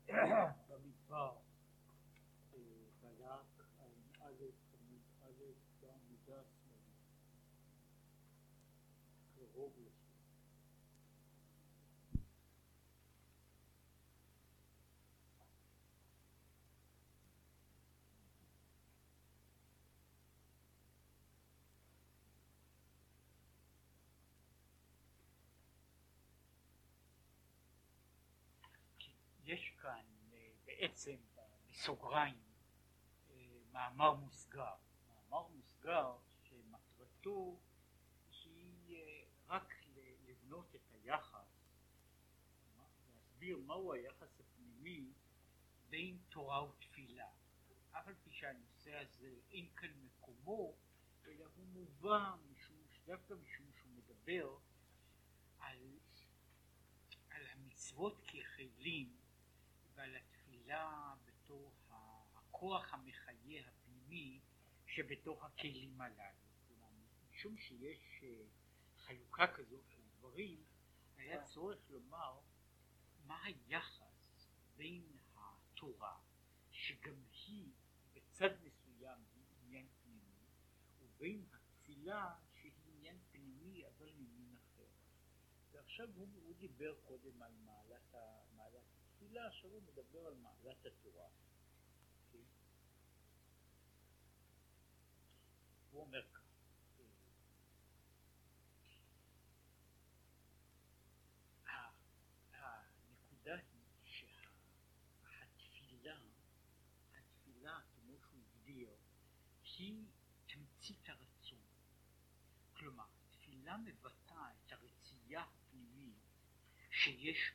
במדבר בלק א' עמוד א' בעמודה השמאלית קרוב לשם. יש כאן בעצם בסוגריים מאמר מוסגר שמטרתו היא רק לבנות את היחס, להסביר מהו היחס הפנימי בין תורה ותפילה, אף על פי שהנושא הזה אין כאן מקומו, אלא הוא מובא דווקא משום שהוא מדבר על המצוות ככלים ועל התפילה בתור הכוח המחיה הפנימי שבתוך הכלים הללו. משום שיש חלוקה כזאת של דברים, היה צורך לומר מה היחס בין התורה, שגם היא בצד מסוים היא עניין פנימי, ובין התפילה שהיא עניין פנימי אבל ממין אחר. ועכשיו הוא דיבר קודם על מעלת התפילה, עכשיו הוא מדבר על מעלת התורה. הוא אומר כך, הנקודה היא שהתפילה כמו שהוא הגדיר היא תמצית הרצון. כלומר, תפילה מבטאה את הרצייה הפנימית שיש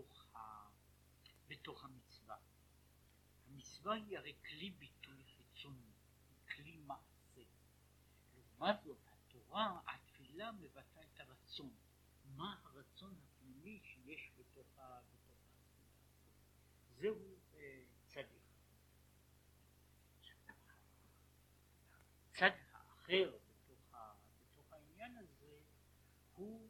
בתוך המצווה. המצווה היא הרי כלי ביטוי חיצוני, כלי מעשה. לעומת זאת, התפילה מבטאה את הרצון. מה הרצון הפנימי שיש בתוך התפילה? זהו צד אחד. הצד האחר בתוך העניין הזה הוא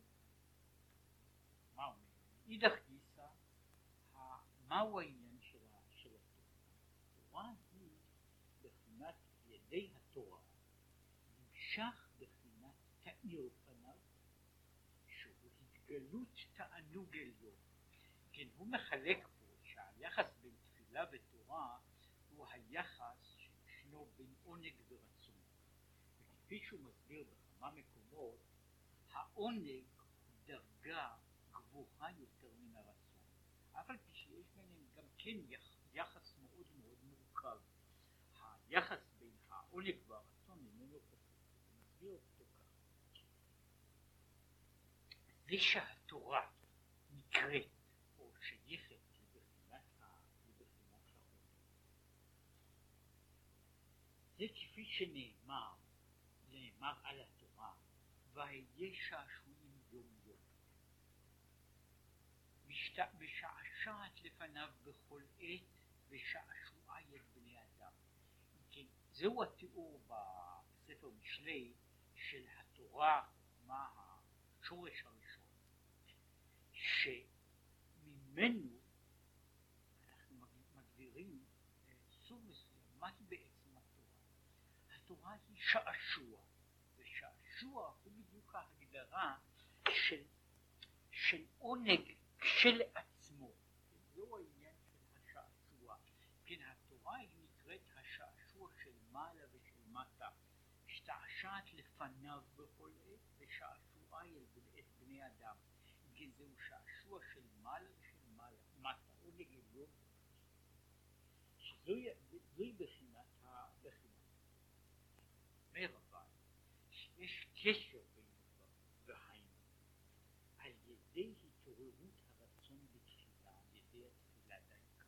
אידך גיסא, מהו העניין של התורה? התורה היא בחינת ידי התורה, נמשך בחינת תאיר פניו, שהוא התגלות תענוג עליון. כן, הוא מחלק פה שהיחס בין תפילה ותורה הוא היחס שישנו בין עונג ורצון. וכפי שהוא מסביר בכמה מקומות, העונג הוא דרגה גבוהה יותר מן הרצון, אף על פי שיש ביניהם גם כן יחס מאוד מאוד מורכב. היחס בין העונג והרצון איננו פשוט. הוא מסביר אותו כך. זה שהתורה נקראת או שייכת לבחינת העונג, זה כפי שנאמר על התורה, והיה שעשועים יום יום, ושעשעת לפניו בכל עת, ושעשועי את בני אדם. כן, זהו התיאור בספר משלי של התורה, מה השורש הראשון, שממנו אנחנו מגדירים סוג מסוים. מהי בעצם התורה? התורה היא שעשוע, ושעשוע הוא בדיוק ההגדרה של עונג כשלעצמו. זהו העניין של השעשוע. כן, התורה היא נקראת השעשוע של מעלה ושל מטה, השתעשעת לפניו בכל עת, ושעשועי את בני אדם. כן, זהו שעשוע של מעלה ושל מטה, עונג עליון, שזוהי בחינת אומר אבל שיש קשר בין הדברים, והיינו על ידי התעוררות הרצון בתחילה, על ידי התפילה דייקה.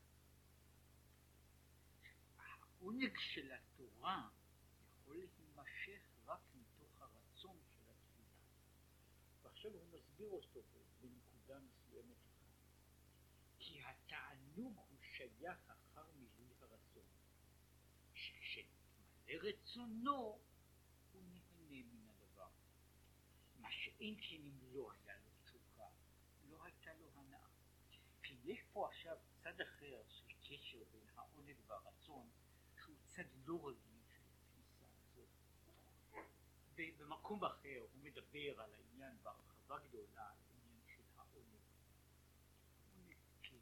העונג של התורה יכול להימשך רק מתוך הרצון של התפילה. ועכשיו הוא מסביר אותו בנקודה מסוימת אחת. כי התענוג הוא שייך אחר מילוי הרצון. שכשנתמלא רצונו הוא נהנה מן הדבר. מה שאין כן אם לא היה לו תשוקה, לא הייתה לו הנאה. כי יש פה פה עכשיו צד אחר של קשר בין העונג והרצון, שהוא צד לא רגיל של התפיסה הזאת. במקום אחר הוא מדבר על העניין בהרחבה גדולה, על העניין של העונג. העונג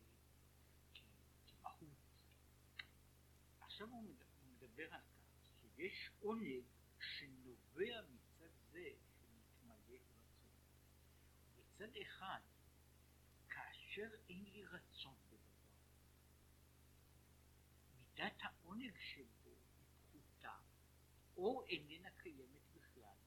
כמהות. עכשיו הוא מדבר על כך שיש עונג שנובע מצד זה שמתמלא רצון. בצד אחד, כאשר אין לי רצון בדבר, מידת העונג שבו היא פחותה או איננה קיימת בכלל.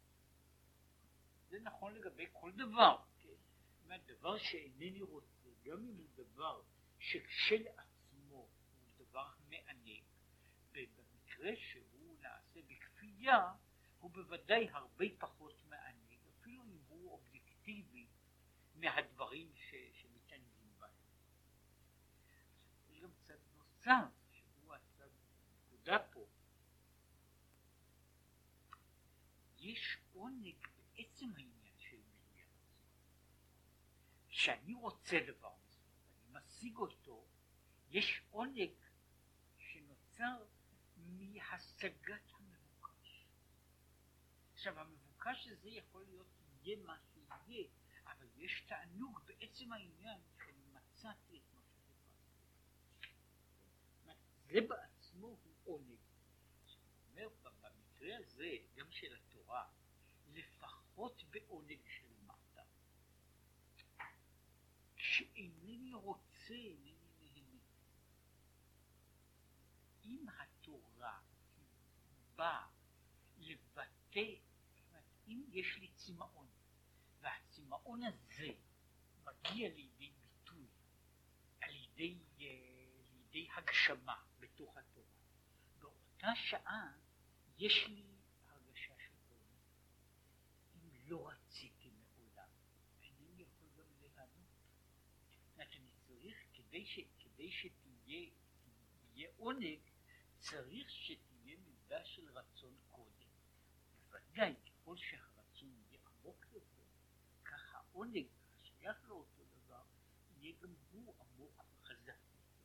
זה נכון לגבי כל דבר, כן? זאת אומרת, דבר שאינני רוצה, גם אם הוא דבר שכשלעצמו הוא דבר מענג, במקרה שהוא נעשה בכפייה, הוא בוודאי הרבה פחות מענג, אפילו אם הוא אובייקטיבי מהדברים שמתענגים בהם. יש גם צד נוסף, שהוא הצד נקודה פה. יש עונג בעצם העניין של מילוי הרצון. כשאני רוצה דבר מסוים, אני משיג אותו, יש עונג שנוצר מהשגת המבוקש. עכשיו, המבוקש הזה יכול להיות יהיה מה שיהיה, אבל יש תענוג בעצם העניין שאני מצאתי את מה שחיפשתי. זה בעצמו הוא עונג. זאת אומרת, במקרה הזה, גם של התורה, לפחות בעונג של מטה, כשאינני רוצה, אינני נהנה. אם התורה באה לבטא, אם יש לי צמאון, והצמאון הזה מגיע לידי ביטוי על לידי הגשמה בתוך התורה, באותה שעה יש לי הרגשה של עונג. אם לא רציתי מעולם, אינני יכול גם להיענות. אני צריך, כדי שתהיה עונג, צריך שתהיה מידה של רצון קודם. בוודאי, ככל שהרצון יהיה עמוק יותר, כך העונג השייך לאותו דבר יהיה גם הוא עמוק וחזק יותר.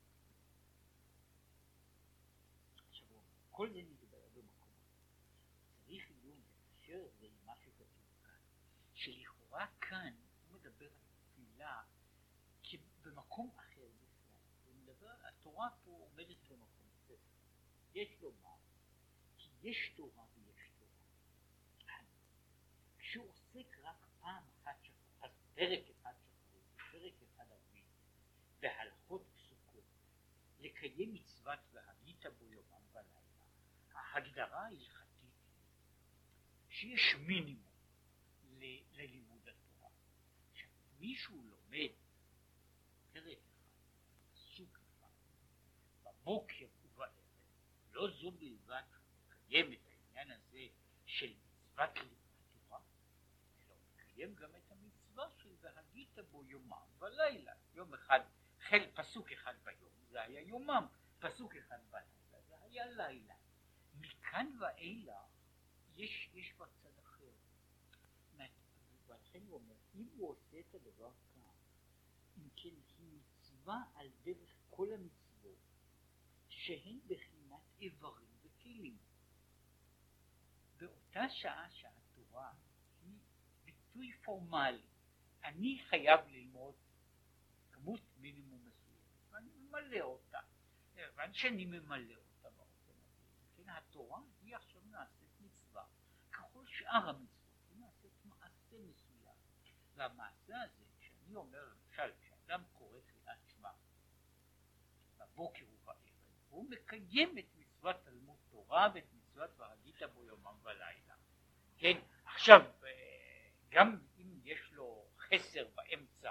עכשיו, כל זה נדבר במקום אחר. צריך עיון לאשר את זה עם מה שכתוב כאן, שלכאורה כאן הוא מדבר על תפילה במקום אחר בכלל. הוא מדבר, התורה פה עומדת במקום ספר. יש לומר, כי יש תורה ויש תורה. כשהוא עוסק רק פעם אחת שחרית, אז פרק אחד שחרית, פרק אחד ערבית, בהלכות פסוקות, לקיים מצוות והגית בו יומם ולילה, ההגדרה ההלכתית שיש מינימום ללימוד התורה. עכשיו, מישהו לומד פרק אחד, פסוק אחד, בבוקר ובערב, לא זו בלבד מקיים את העניין הזה של מצוות התורה, אלא הוא מקיים גם את המצווה של והגית בו יומם ולילה. יום אחד, פסוק אחד ביום, זה היה יומם, פסוק אחד בלילה, זה היה לילה. מכאן ואילך יש בצד אחר. ולכן הוא אומר, אם הוא עושה את הדבר כאן, אם כן היא מצווה על דרך כל המצוות, שהן בחינת איברים וכלים. באותה שעה שהתורה היא ביטוי פורמלי, אני חייב ללמוד כמות מינימום מסוימת, ואני ממלא אותה. כיוון שאני ממלא אותה באופן הזה, כן, התורה היא עכשיו נעשית מצווה, ככל שאר המצוות, היא נעשית מעשה מסוים. והמעשה הזה, שאני אומר למשל, כשאדם קורא קריאת שמע, בבוקר ובערב, הוא מקיים את מצוות תלמוד תורה ואת מצוות והגית בו יומם ולילה. כן, עכשיו, גם אם יש לו חסר באמצע,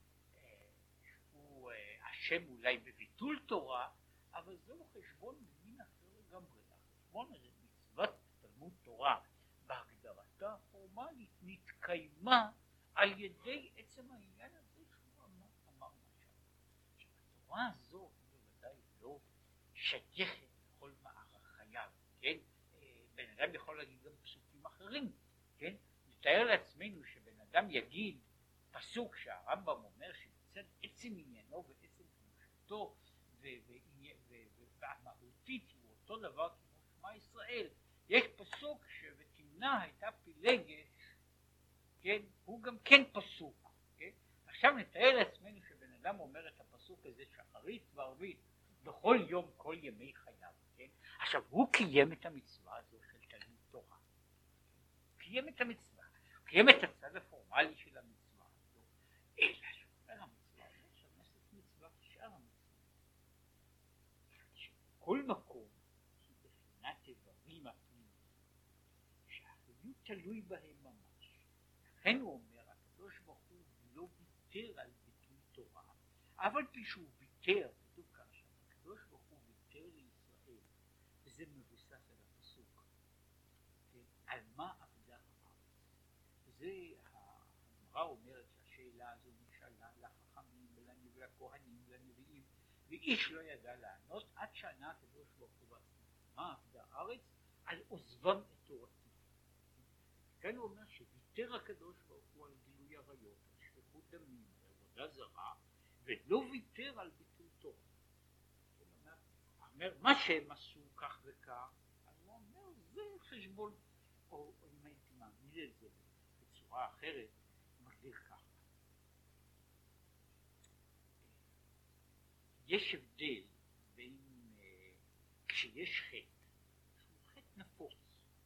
הוא אשם אולי בביטול תורה, אבל זהו חשבון במין אחר לגמרי. החשבון הזה, מצוות תלמוד תורה, בהגדרתה הפורמלית, נתקיימה על ידי עצם העניין הזה שהוא אמר משהו. התורה הזו בוודאי לא שייכת לכל מערך חייו, כן? בן אדם יכול להגיד גם פסוקים אחרים, כן? נתאר לעצמנו שבן אדם יגיד פסוק שהרמב"ם אומר שבצד עצם עניינו ועצם חשיבותו והמהותית הוא אותו דבר כמו שמע ישראל. יש פסוק ותמנע הייתה פילגש, כן, הוא גם כן פסוק, כן? עכשיו נתאר לעצמנו שבן אדם אומר את הפסוק הזה שחרית וערבית בכל יום כל ימי חייו, כן? עכשיו הוא קיים את המצווה הזו של תלמוד תורה, קיים את המצווה, קיים את הצד הפורמלי של המצווה הזו, אלא שאומר המצווה הזו שמשת מצווה כשאר המצווה, שכל מקום היא בחינת איברים הפנימיים שהחיות תלוי בהם ממש. לכן הוא אומר הקדוש ברוך הוא לא ויתר על ביטול תורה, אבל פי שהוא ויתר, כתוב כאן שהקדוש ברוך הוא ויתר לישראל, וזה מבוסס על הפסוק, כן? על מה עבדה הארץ. וזה הגמרא אומרת שהשאלה הזו נשאלה לחכמים ולכהנים ולנביאים, ואיש לא ידע לענות עד שענה הקדוש ברוך הוא בעצמו. מה עבדה הארץ? על עוזבם את תורתי. כאן הוא אומר שוויתר הקדוש ברוך הוא על גילוי עריות, על שפיכות דמים, על עבודה זרה, ולא ויתר על ביטול תורה. הוא אומר מה שהם עשו כך וכך, אז הוא אומר זה חשבון, או אם הייתי מעמיד את זה בצורה אחרת, מגדיר ככה. יש הבדל בין כשיש חטא, שהוא חטא נפוץ,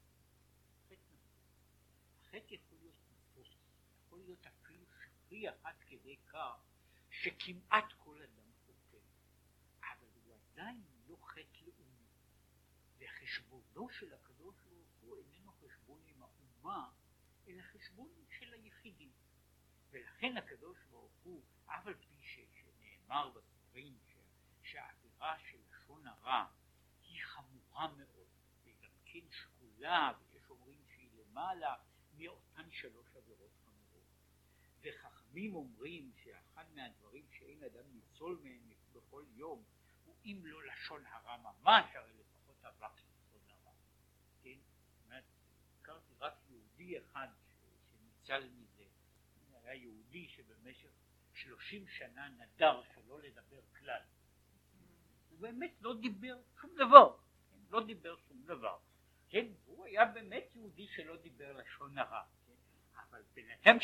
החטא יכול להיות נפוץ, יכול להיות אפילו שכיח עד כדי כך שכמעט כל אדם חוטא, אבל הוא עדיין לא חטא לאומי, וחשבונו של הקדוש ברוך הוא איננו חשבון עם האומה, אלא חשבון של היחידים. ולכן הקדוש ברוך הוא, אף על פי שנאמר בספרים שהעבירה של לשון הרע היא חמורה מאוד, והיא גם כן שקולה, ויש אומרים שהיא למעלה מאותן 3 עבירות חמורות. וחכמים אומרים שאחד מהדברים שאין אדם ניצול מהם בכל יום הוא אם לא לשון הרע ממש, הרי לפחות אבק לשון הרע. כן? זאת אומרת, הכרתי רק יהודי אחד שניצל מזה. היה יהודי שבמשך 30 שנה נדר שלא לדבר כלל. הוא באמת לא דיבר שום דבר. לא דיבר שום דבר. כן? הוא היה באמת יהודי שלא דיבר לשון הרע. כן? אבל בן אדם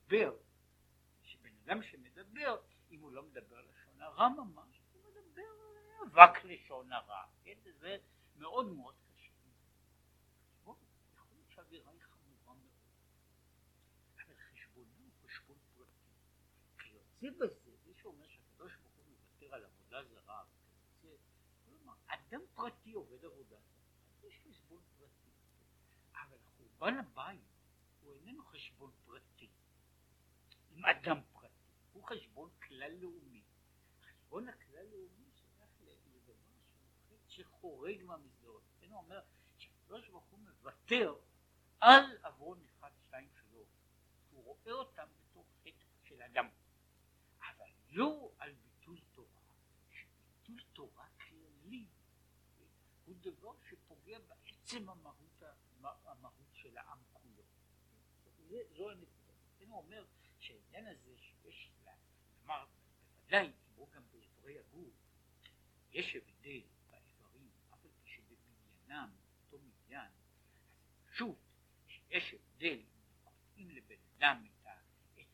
שמדבר, אם הוא לא מדבר לשון הרע ממש, הוא מדבר אבק לשון הרע. כן? זה מאוד מאוד קשה. יכול להיות שהאווירה היא חמורה מאוד. אבל חשבונו הוא חשבון פרטי. כיוצא בזה, זה שאומר שהקדוש ברוך הוא מוותר על עבודה זרה, כלומר, אדם פרטי עובד עבודה זרה, יש חשבון פרטי. אבל חורבן הבית הוא איננו חשבון פרטי עם אדם פרטי, הוא חשבון כלל לאומי. החשבון הכלל לאומי שייך לדבר שהוא חטא שחורג מהמסגרות. הוא אומר שהקדוש ברוך הוא מוותר על עוון 1, 2, 3, הוא רואה אותם בתור חטא של אדם, אבל לא על ביטול תורה, שביטול תורה כללי הוא דבר שפוגע בעצם המהות של העם כולו. זו הנקודה. הוא אומר שהעניין הזה שיש לומר בוודאי, כמו גם באיברי הגוף, יש הבדל באיברים, אבל כשבבניינם אותו מניין, אז פשוט שיש הבדל אם לבן אדם את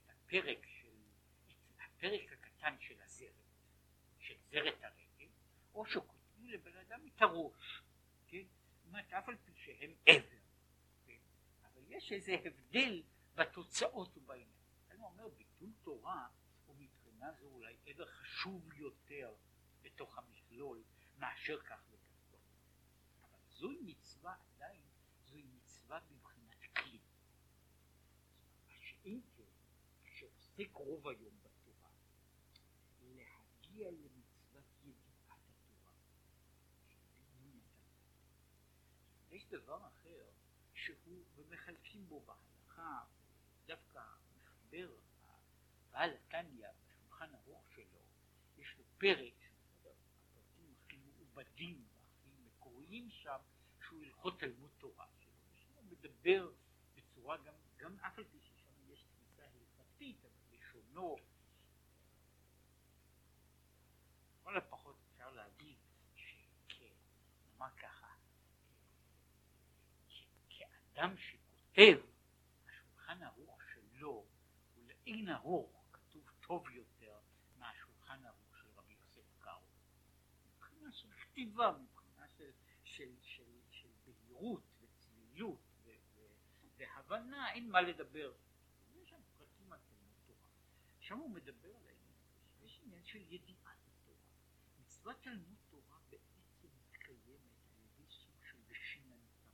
הפרק הקטן של הזרת, של זרת הרגל, או שכותבים לבן אדם את הראש, כן? זאת אומרת, אף על פי שהם עבר, כן? אבל יש איזה הבדל בתוצאות ובעניין. אני אומר, ביטול תורה הוא מבחינה זו אולי עבר חשוב יותר בתוך המכלול מאשר כך וכך. אבל זוהי מצווה עדיין, זוהי מצווה בבחינת כלי. מה שאין כן, כשעוסק רוב היום בתורה, להגיע למצוות ידיעת התורה, שבדיון התורה. יש דבר אחר שהוא, ומחלקים בו בהלכה, דווקא מחבר בעל התניא בשולחן ערוך שלו, יש לו פרק, הפרטים הכי מעובדים והכי מקוריים שם, שהוא הלכות תלמוד תורה שלו, ושם מדבר בצורה גם אף על פי ששם יש תפיסה הלכתית, אבל לשונו האדם שכותב, השולחן ערוך שלו הוא לאין ערוך כתוב טוב יותר מהשולחן ערוך של רבי יוסף קארו. מבחינה של כתיבה, מבחינה של בהירות וצלילות והבנה, אין מה לדבר. יש שם פרטים על תלמוד תורה. שם הוא מדבר על העניין, יש עניין של ידיעת התורה. מצוות תלמוד תורה בעצם מתקיימת על ידי סוג של בשיננתם.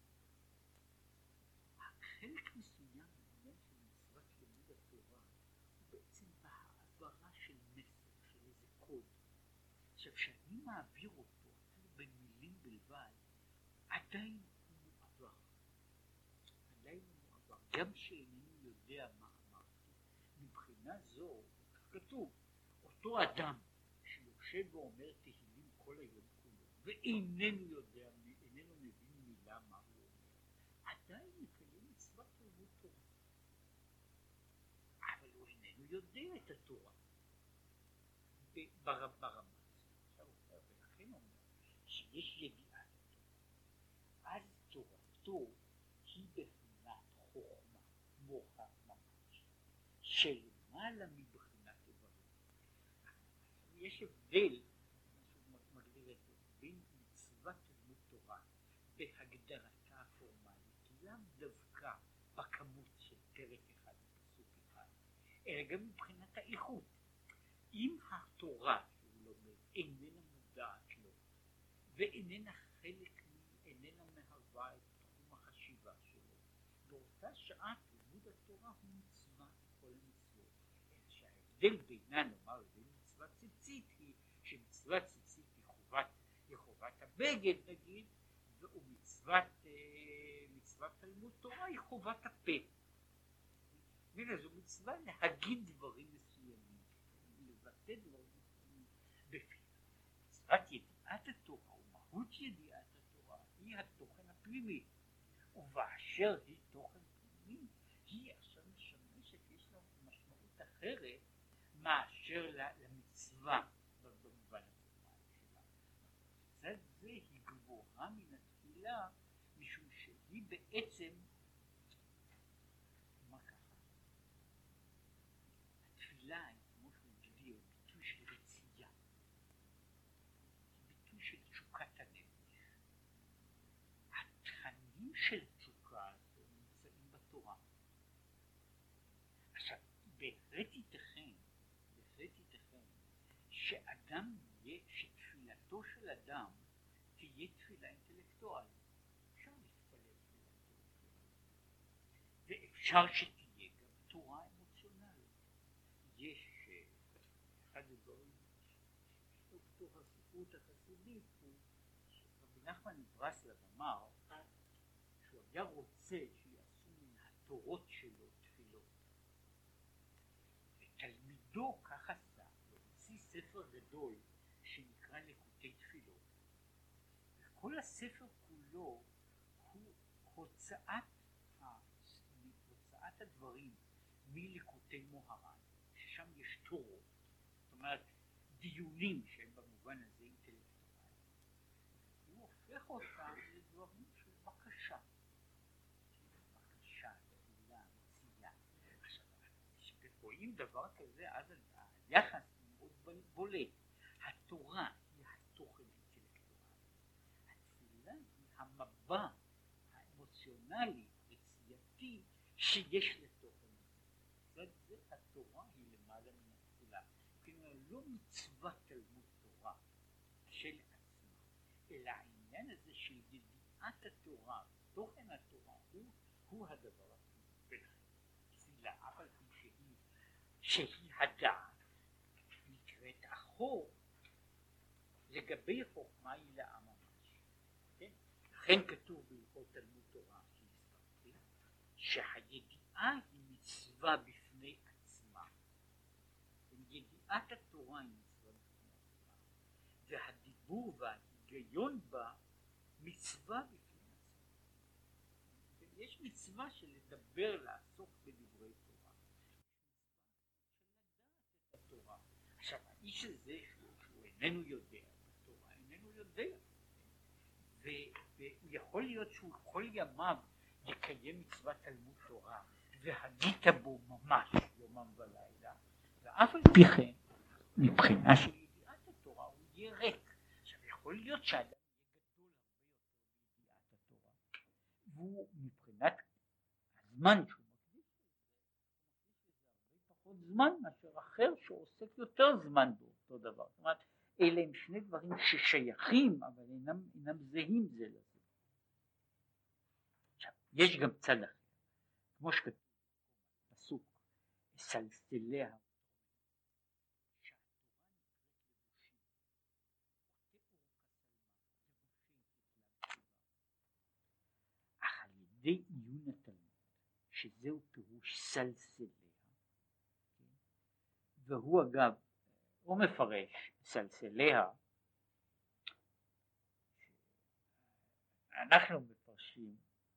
חלק מסוים מהעניין של מצוות לימוד התורה הוא בעצם בהעברה של מסר, של איזה קוד. עכשיו, כשאני מעביר אותו במילים בלבד, עדיין הוא מועבר. עדיין הוא מועבר. גם שאינני יודע מה אמרתי, מבחינה זו, כתוב, אותו אדם שיושב ואומר תהילים כל היום כולו, ואיננו יודע, איננו מבין מילה מה הוא אומר, עדיין מקיים מצוות תלמוד תורה. אבל הוא איננו יודע את התורה. ברמה. ולכן אומר שיש ידיעת התורה. אז תורתו היא בבחינת חוכמה, מוחה ממש, שלמעלה מבחינת איברים. יש הבדל, מגדיר את זה, בין מצוות תלמוד תורה בהגדרתה הפורמלית, לאו דווקא בכמות של פרק אחד ופסוק אחד, אלא גם מבחינת האיכות. אם התורה שהוא לומד איננה מודעת לו ואיננה חלק, איננה מהווה את תחום החשיבה שלו, באותה שעה לימוד התורה הוא מצווה כל המצוות. אלא שההבדל בינה, נאמר, לבין מצוות ציצית היא שמצוות ציצית היא חובת הבגד נגיד, ומצוות תלמוד תורה היא חובת הפה. זו מצווה להגיד דברים מסוימים, לבטא דברים מסוימים בפי. מצוות ידיעת התורה ומהות ידיעת התורה היא התוכן הפנימי, ובאשר היא תוכן פנימי היא עכשיו משמשת, יש לה משמעות אחרת מאשר למצווה במובן הפורמלי שלה. מצד זה היא גבוהה מן התפילה, משום שהיא בעצם התפילה היא, כמו שהוא הגדיר, ביטוי של רצייה, ביטוי של תשוקת הנפש. התכנים של התשוקה הזו נמצאים בתורה. עכשיו, בהחלט ייתכן שאדם יהיה, שתפילתו של אדם תהיה תפילה אינטלקטואלית. אפשר להתפלל תפילה אינטלקטואלית, ואפשר שתהיה גם תורה אמוציונלית. יש אחד הדברים בתוך הספרות החסידית הוא שרבי נחמן מברסלב אמר שהוא היה רוצה שיעשו מן התורות שלו תפילות, ותלמידו כך עשה, והוציא ספר גדול שנקרא ליקוטי תפילות, וכל הספר כולו הוא הוצאת הדברים מליקוטי מוהר"ן, ששם יש תורות, זאת אומרת דיונים שהם במובן הזה אינטלקטואליים, הוא הופך אותם לדברים של בקשה, תפילה, מציאה. עכשיו, כשרואים דבר כזה, אז היחס מאוד בולט. התורה היא התוכן האינטלקטואלי, התפילה היא המבע האמוציונלי, רצייתי, שיש לתוכן הזה. זה התורה היא למעלה מן התפילה. כלומר, לא מצוות תלמוד תורה של עצמה, אלא העניין הזה של ידיעת התורה, תוכן התורה, הוא הדבר הפנימי. תפילה, אבל שהיא הדעת, נקראת אחור, לגבי חוכמה היא לעם ממש. כן? לכן כתוב בהלכות תלמוד תורה שהזכרתי, שהידיעה היא מצווה בפני עצמה. ידיעת התורה היא מצווה בפני עצמה, והדיבור וההיגיון בה מצווה בפני עצמה. יש מצווה של לדבר, לעסוק בדברי תורה. של לדעת את התורה. עכשיו, האיש הזה שהוא איננו יודע בתורה, איננו יודע. והוא יכול להיות שהוא כל ימיו יקיים מצוות תלמוד תורה והגית בו ממש יומם ולילה, ואף על פי כן מבחינה של ידיעת התורה הוא יהיה ריק. עכשיו יכול להיות שאדם יהיה גדול הרבה יותר בידיעת התורה, והוא מבחינת הזמן שהוא מקדיש הרבה פחות זמן מאשר אחר שעוסק יותר זמן באותו דבר. זאת אומרת, אלה הם שני דברים ששייכים אבל אינם זהים זה לזה. עכשיו יש גם צד אחר, כמו שכתוב פסוק סלסליה אך על ידי עיון התלמוד, שזהו פירוש סלסליה, והוא אגב הוא מפרש סלסליה, אנחנו מפרשים,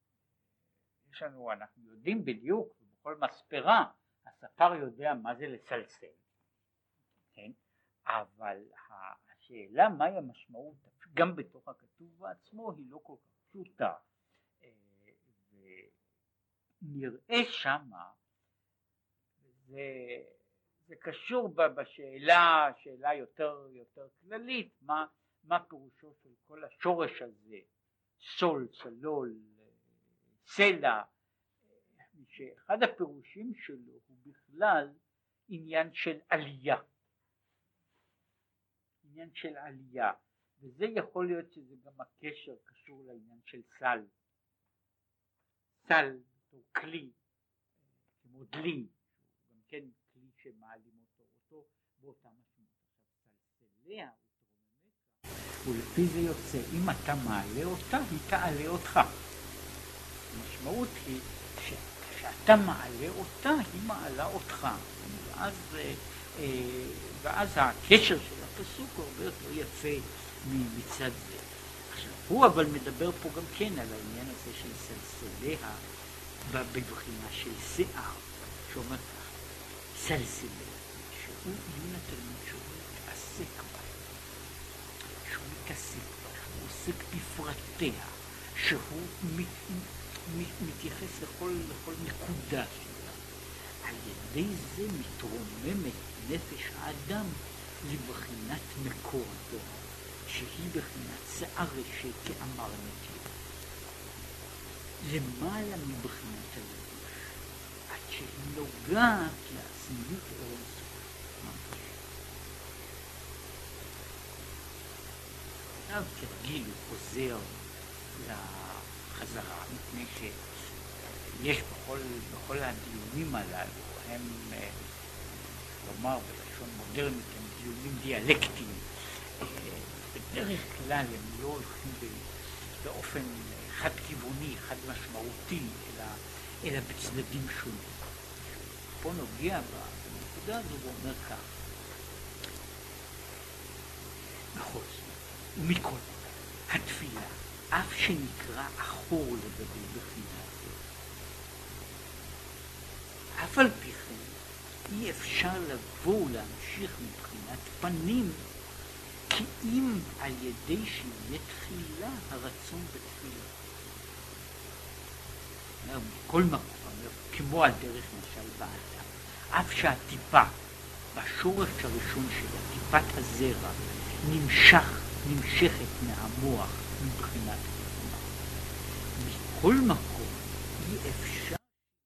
אנחנו יודעים בדיוק, בכל מספרה הספר יודע מה זה לסלסל, כן? אבל השאלה מהי המשמעות גם בתוך הכתוב בעצמו היא לא כל כך פשוטה, ונראה שמה זה קשור בשאלה יותר כללית, מה פירושו של כל השורש הזה, סול, סלול, סלע, שאחד הפירושים שלו הוא בכלל עניין של עלייה, וזה יכול להיות שזה גם הקשר קשור לעניין של סל הוא כלי כמו דלי, גם כן כלי שמעלים אותו באותה משמעות. סלסליה ולפי זה יוצא אם אתה מעלה אותה היא תעלה אותך. המשמעות היא שאתה מעלה אותה היא מעלה אותך, ואז הקשר של הפסוק הרבה יותר יפה מצד זה. עכשיו הוא אבל מדבר פה גם כן על העניין הזה של סלסליה בבחינה של שיער, שאומר כך סלסליה שהוא עיון התלמוד שהוא מתעסק בה, שהוא עוסק בפרטיה, שהוא מתייחס לכל נקודה שלה. על ידי זה מתרוממת נפש האדם לבחינת מקור התורה, שהיא בחינת שיער ראשי כאמר נקי, למעלה מבחינת הלבוש, עד שהיא נוגעת לעצמיות אינסוף ממש. עכשיו תרגיל חוזר לחזרה, מפני שיש בכל הדיונים הללו, הם כלומר בלשון מודרנית הם דיונים דיאלקטיים, בדרך כלל הם לא הולכים באופן חד כיווני, חד משמעותי, אלא בצדדים שונים. פה נוגע בנקודה הזו ואומר כך, בכל זאת ומכל התפילה אף שנקרא אחור לגבי בחינה זו, אף על פי כן אי אפשר לבוא ולהמשיך מבחינת פנים כי אם על ידי שיהיה תחילה הרצון בתפילה. מכל מקום, כמו על דרך משל באדם, אף שהטיפה בשורש הראשון שלה, טיפת הזרע, נמשכת מהמוח מבחינת התפילה, מכל מקום אי אפשר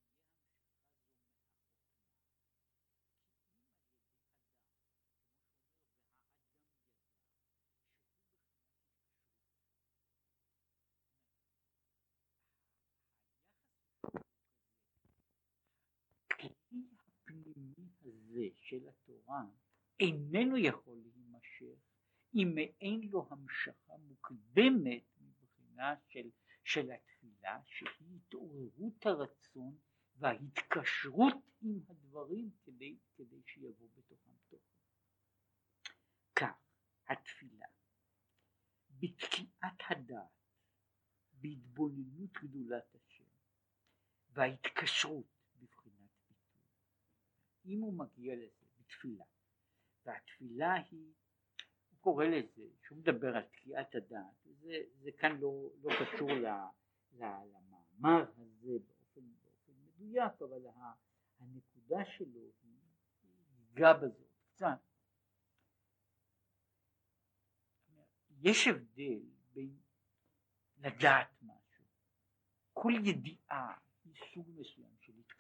הפנימי הזה של התורה איננו יכול להימשך אם אין לו המשכה מוקדמת מבחינה של התפילה, שהיא התעוררות הרצון וההתקשרות עם הדברים כדי שיבוא בתוכם תוכן. כך התפילה בתקיעת הדעת, בהתבוננות גדולת השם וההתקשרות בבחינת ביטוי, אם הוא מגיע לזה בתפילה, והתפילה היא, הוא קורא לזה, שהוא מדבר על תקיעת הדעת, זה כאן לא קשור למאמר, המאמר הזה באופן מדויק, אבל הנקודה שלו היא ייגע בזאת קצת. יש הבדל בין לדעת משהו, כל ידיעה היא סוג מסוים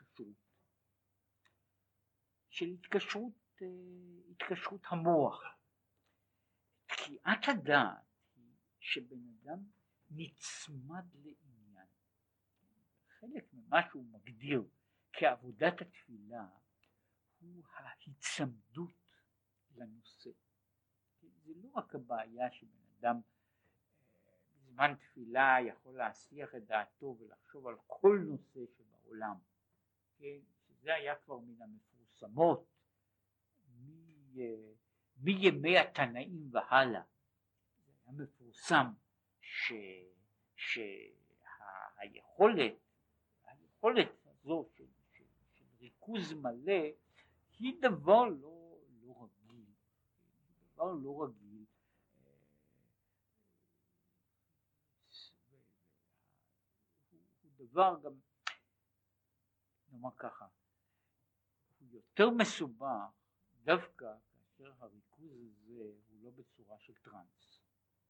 של התקשרות המוח. תקיעת הדעת היא שבן אדם נצמד לעניין. חלק ממה שהוא מגדיר כעבודת התפילה הוא ההצמדות לנושא. זה לא רק הבעיה שבן אדם בזמן תפילה יכול להסיח את דעתו ולחשוב על כל נושא שבעולם, כן? שזה היה כבר מן המפורסמות מימי התנאים והלאה. זה היה מפורסם שהיכולת הזו של ריכוז מלא היא דבר לא רגיל. דבר לא רגיל. הוא דבר גם, נאמר ככה, הוא יותר מסובך דווקא כאשר הריכוז הזה הוא לא בצורה של טרנס.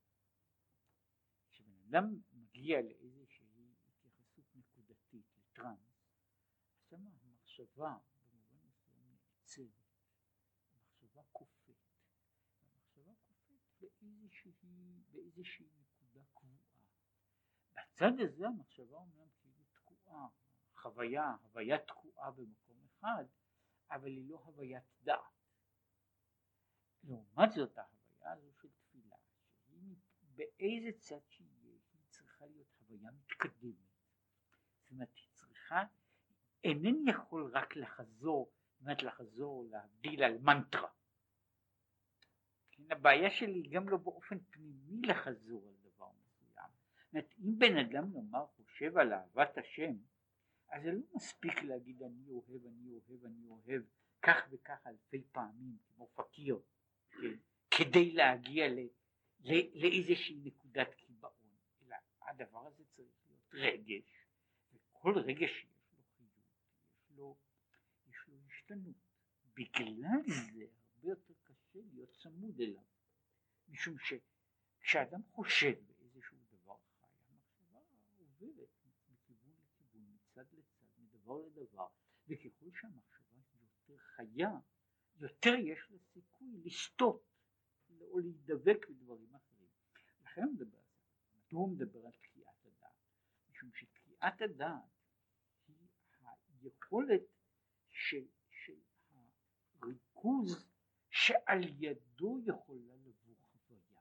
כשבן אדם מגיע לאיזושהי התייחסות נקודתית לטרנס, אז המחשבה במובן מסוים נעצרת, המחשבה קופאת, המחשבה קופאת באיזושהי נקודה קבועה. בצד הזה המחשבה אומנם כאילו תקועה, הוויה תקועה במקום אחד, אבל היא לא הוויית דעת. לעומת זאת ההוויה הזו של תפילה, שהיא באיזה צד שהיא, היא צריכה להיות הוויה מתקדמת. זאת אומרת, היא צריכה, אינני יכול רק לחזור להבדיל על מנטרה. הבעיה שלי גם לא באופן פנימי לחזור על דבר מסוים. זאת אומרת, אם בן אדם נאמר חושב על אהבת השם, אז זה לא מספיק להגיד אני אוהב כך וכך אלפי פעמים כמו פקיר, כדי להגיע לאיזושהי נקודת קיבעון, אלא הדבר הזה צריך להיות רגש, וכל רגש שיש לו חיות, יש לו השתנות. בגלל זה הרבה יותר קשה להיות צמוד אליו, משום שכשאדם חושב באיזשהו דבר חי, המחשבה עוברת מכיוון לכיוון, מצד לצד, מדבר לדבר, וככל שהמחשבה יותר חיה, יותר יש לה סיכוי לסטות או להידבק בדברים אחרים. לכן הוא מדבר על תקיעת הדעת, משום שתקיעת הדעת היא היכולת של הריכוז שעל ידו יכולה לבוא חוויה.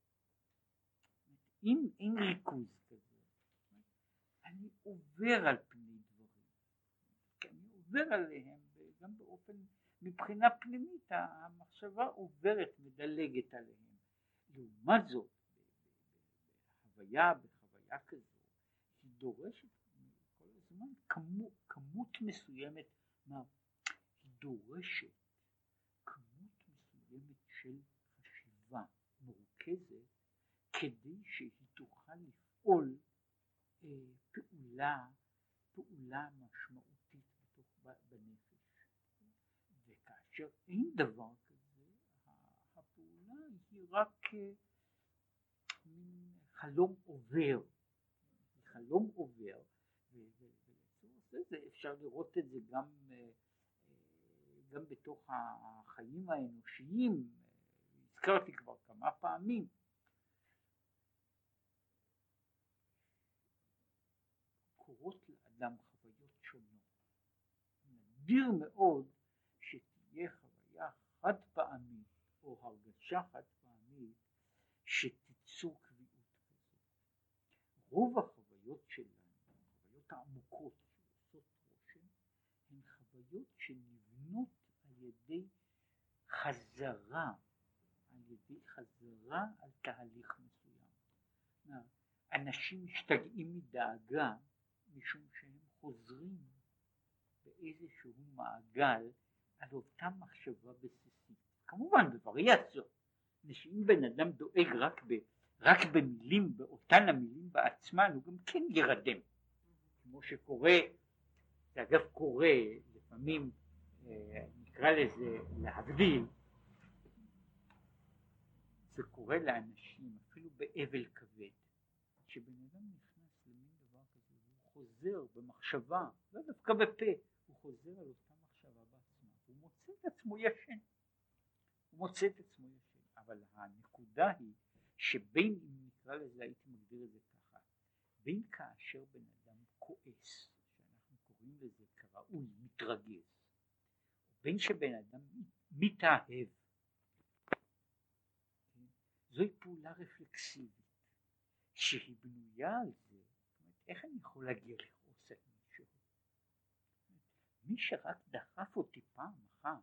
אם אין ריכוז כזה, אני עובר על פני דברים, אני עובר עליהם גם באופן, מבחינה פנימית המחשבה עוברת, מדלגת עליהם. לעומת זאת, בחוויה כזו, היא דורשת כל הזמן כמות מסוימת, היא דורשת כמות מסוימת של חשיבה מרוכזת, כדי שהיא תוכל לפעול פעולה משמעותית בנפש. וכאשר אין דבר כזה, הפעולה היא רק מין חלום עובר, ולצורך זה אפשר לראות את זה גם בתוך החיים האנושיים. הזכרתי כבר כמה פעמים, קורות לאדם חוויות שונות. נדיר מאוד שתהיה חוויה חד פעמית או הרגשה חד פעמית שתיצור קביעות כזאת. רוב החוויות שלנו, החוויות העמוקות שעושות רושם, הן חוויות שנבנות על ידי חזרה על תהליך מסוים. אנשים משתגעים מדאגה משום שהם חוזרים באיזשהו מעגל על אותה מחשבה בסיסית, כמובן בווריאציות. אם בן אדם דואג רק במילים, באותן המילים בעצמן, הוא גם כן ירדם. כמו שקורה, זה אגב קורה לפעמים, נקרא לזה להבדיל, זה קורה לאנשים אפילו באבל כבד, שבן אדם נכנס למין דבר כזה, הוא חוזר במחשבה, לא דווקא בפה, הוא חוזר על אותה מחשבה בעצמה, הוא מוצא את עצמו ישן, אבל הנקודה היא שבין, אם נקרא לזה, הייתי מגדיר את זה ככה, בין כאשר בן אדם כועס, שאנחנו קוראים לזה כראוי, מתרגז, בין שבן אדם מתאהב, זוהי פעולה רפלקסיבית, שהיא בנויה על זה. איך אני יכול להגיע לכעוס את מישהו? מי שרק דחף אותי פעם אחת,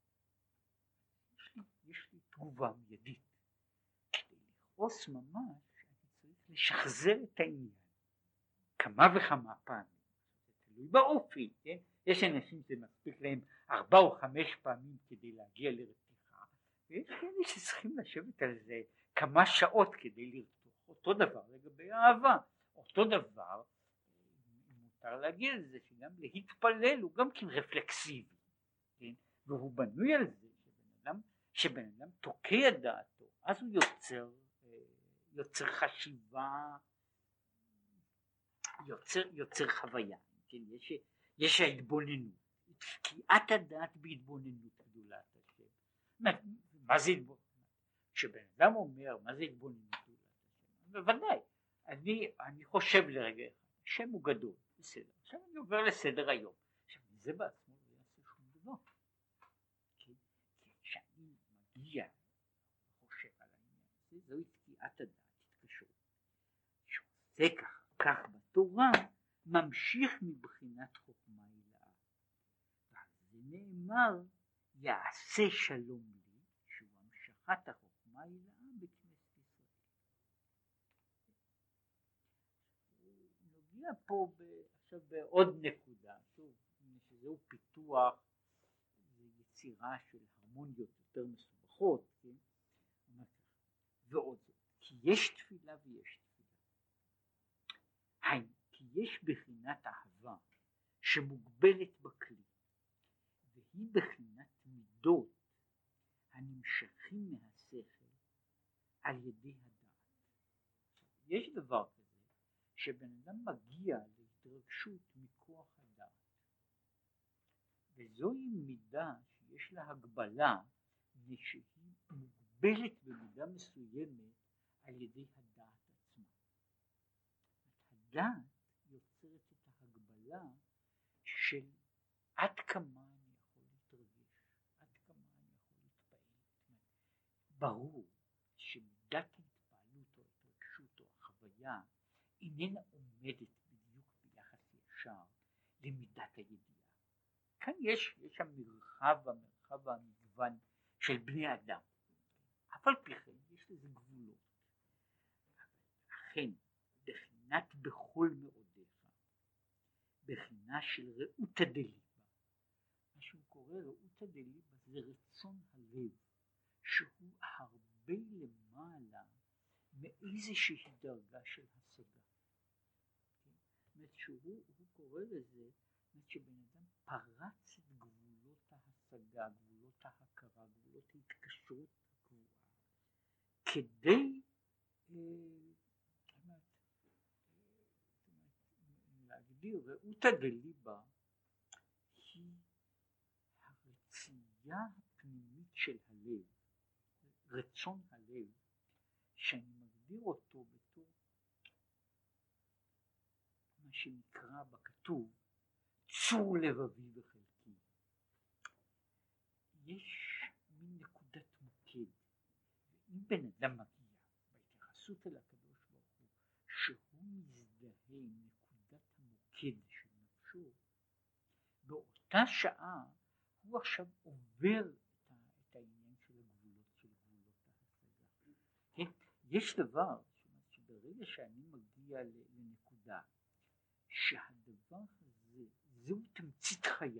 יש לי תגובה מיידית. כדי לכעוס ממש, אני צריך לשחזר את העניין כמה וכמה פעמים. זה תלוי באופי, כן? יש אנשים שמספיק להם 4 או 5 פעמים כדי להגיע לרתיחה, ויש כאלה שצריכים לשבת על זה כמה שעות כדי לרתוח. אותו דבר לגבי האהבה, אותו דבר, מותר להגיד את זה, שגם להתפלל הוא גם כן רפלקסיבי, כן? והוא בנוי על זה שבן אדם תוקע דעתו, אז הוא יוצר חשיבה, יוצר חוויה, כן? יש ההתבוננות, תקיעת הדעת בהתבוננות גדולת השם. מה זה התבוננות? כשבן אדם אומר מה זה התבוננות גדולת השם, בוודאי, אני חושב לרגע, השם הוא גדול, בסדר, עכשיו אני עובר לסדר היום, עכשיו זה בעצמו לא יעשה שום דבר, כי כשאני מגיע וחושב על העניין הזה, זוהי תקיעת הדעת, התקשרות, שעושה כך בתורה, ממשיך מבחינת חוכמה הילאה, ועל זה נאמר יעשה שלום לי, שהוא המשכת החוכמה הילאה בכנסת ישראל. נוגע פה עכשיו בעוד נקודה, שוב, שזהו פיתוח, זה יצירה של הרמוניות יותר מסובכות, כן? ועוד זאת, כי יש תפילה ויש תפילה. כי יש בחינת אהבה שמוגבלת בכלי, והיא בחינת מידות הנמשכים מהשכל על ידי הדעת. יש דבר כזה שבן אדם מגיע להתרגשות מכוח הדעת, וזוהי מידה שיש לה הגבלה, שהיא מוגבלת במידה מסוימת על ידי הדעת עצמה. הדעת יוצרת את ההגבלה של עד כמה אני יכול להתרגש, עד כמה אני יכול להתפעל. ברור שמידת ההתפעלות או ההתרגשות או החוויה איננה עומדת בדיוק ביחס ישר למידת הידיעה. כאן יש המרחב המגוון של בני אדם, אבל פי כן יש לזה גבולות. אכן בחינת בכל מאודיך, בחינה של ראותא דליבה, מה שהוא קורא ראותא דליבה זה רצון הלב, שהוא הרבה למעלה מאיזושהי דרגה של השגה. זאת אומרת שהוא קורא לזה, זאת שבן אדם פרץ את גבולות ההשגה, גבולות ההכרה, גבולות ההתקשרות הקבועה, כדי להגדיר ראותא דליבה היא הרצייה הפנימית של הלב, רצון הלב, שאני מגדיר אותו בתור מה שנקרא בכתוב צור לבבי וחלקי. יש מין נקודת מוקד, ואם בן אדם מגיע בהתייחסות אל הקדוש ברוך הוא שהוא מזדהה עם נקודת המוקד של נפשו, באותה שעה הוא עכשיו עובר את העניין של הגבולות ההשגה. כן? יש דבר שברגע שאני מגיע לנקודה שהדבר הזה זהו תמצית חיי,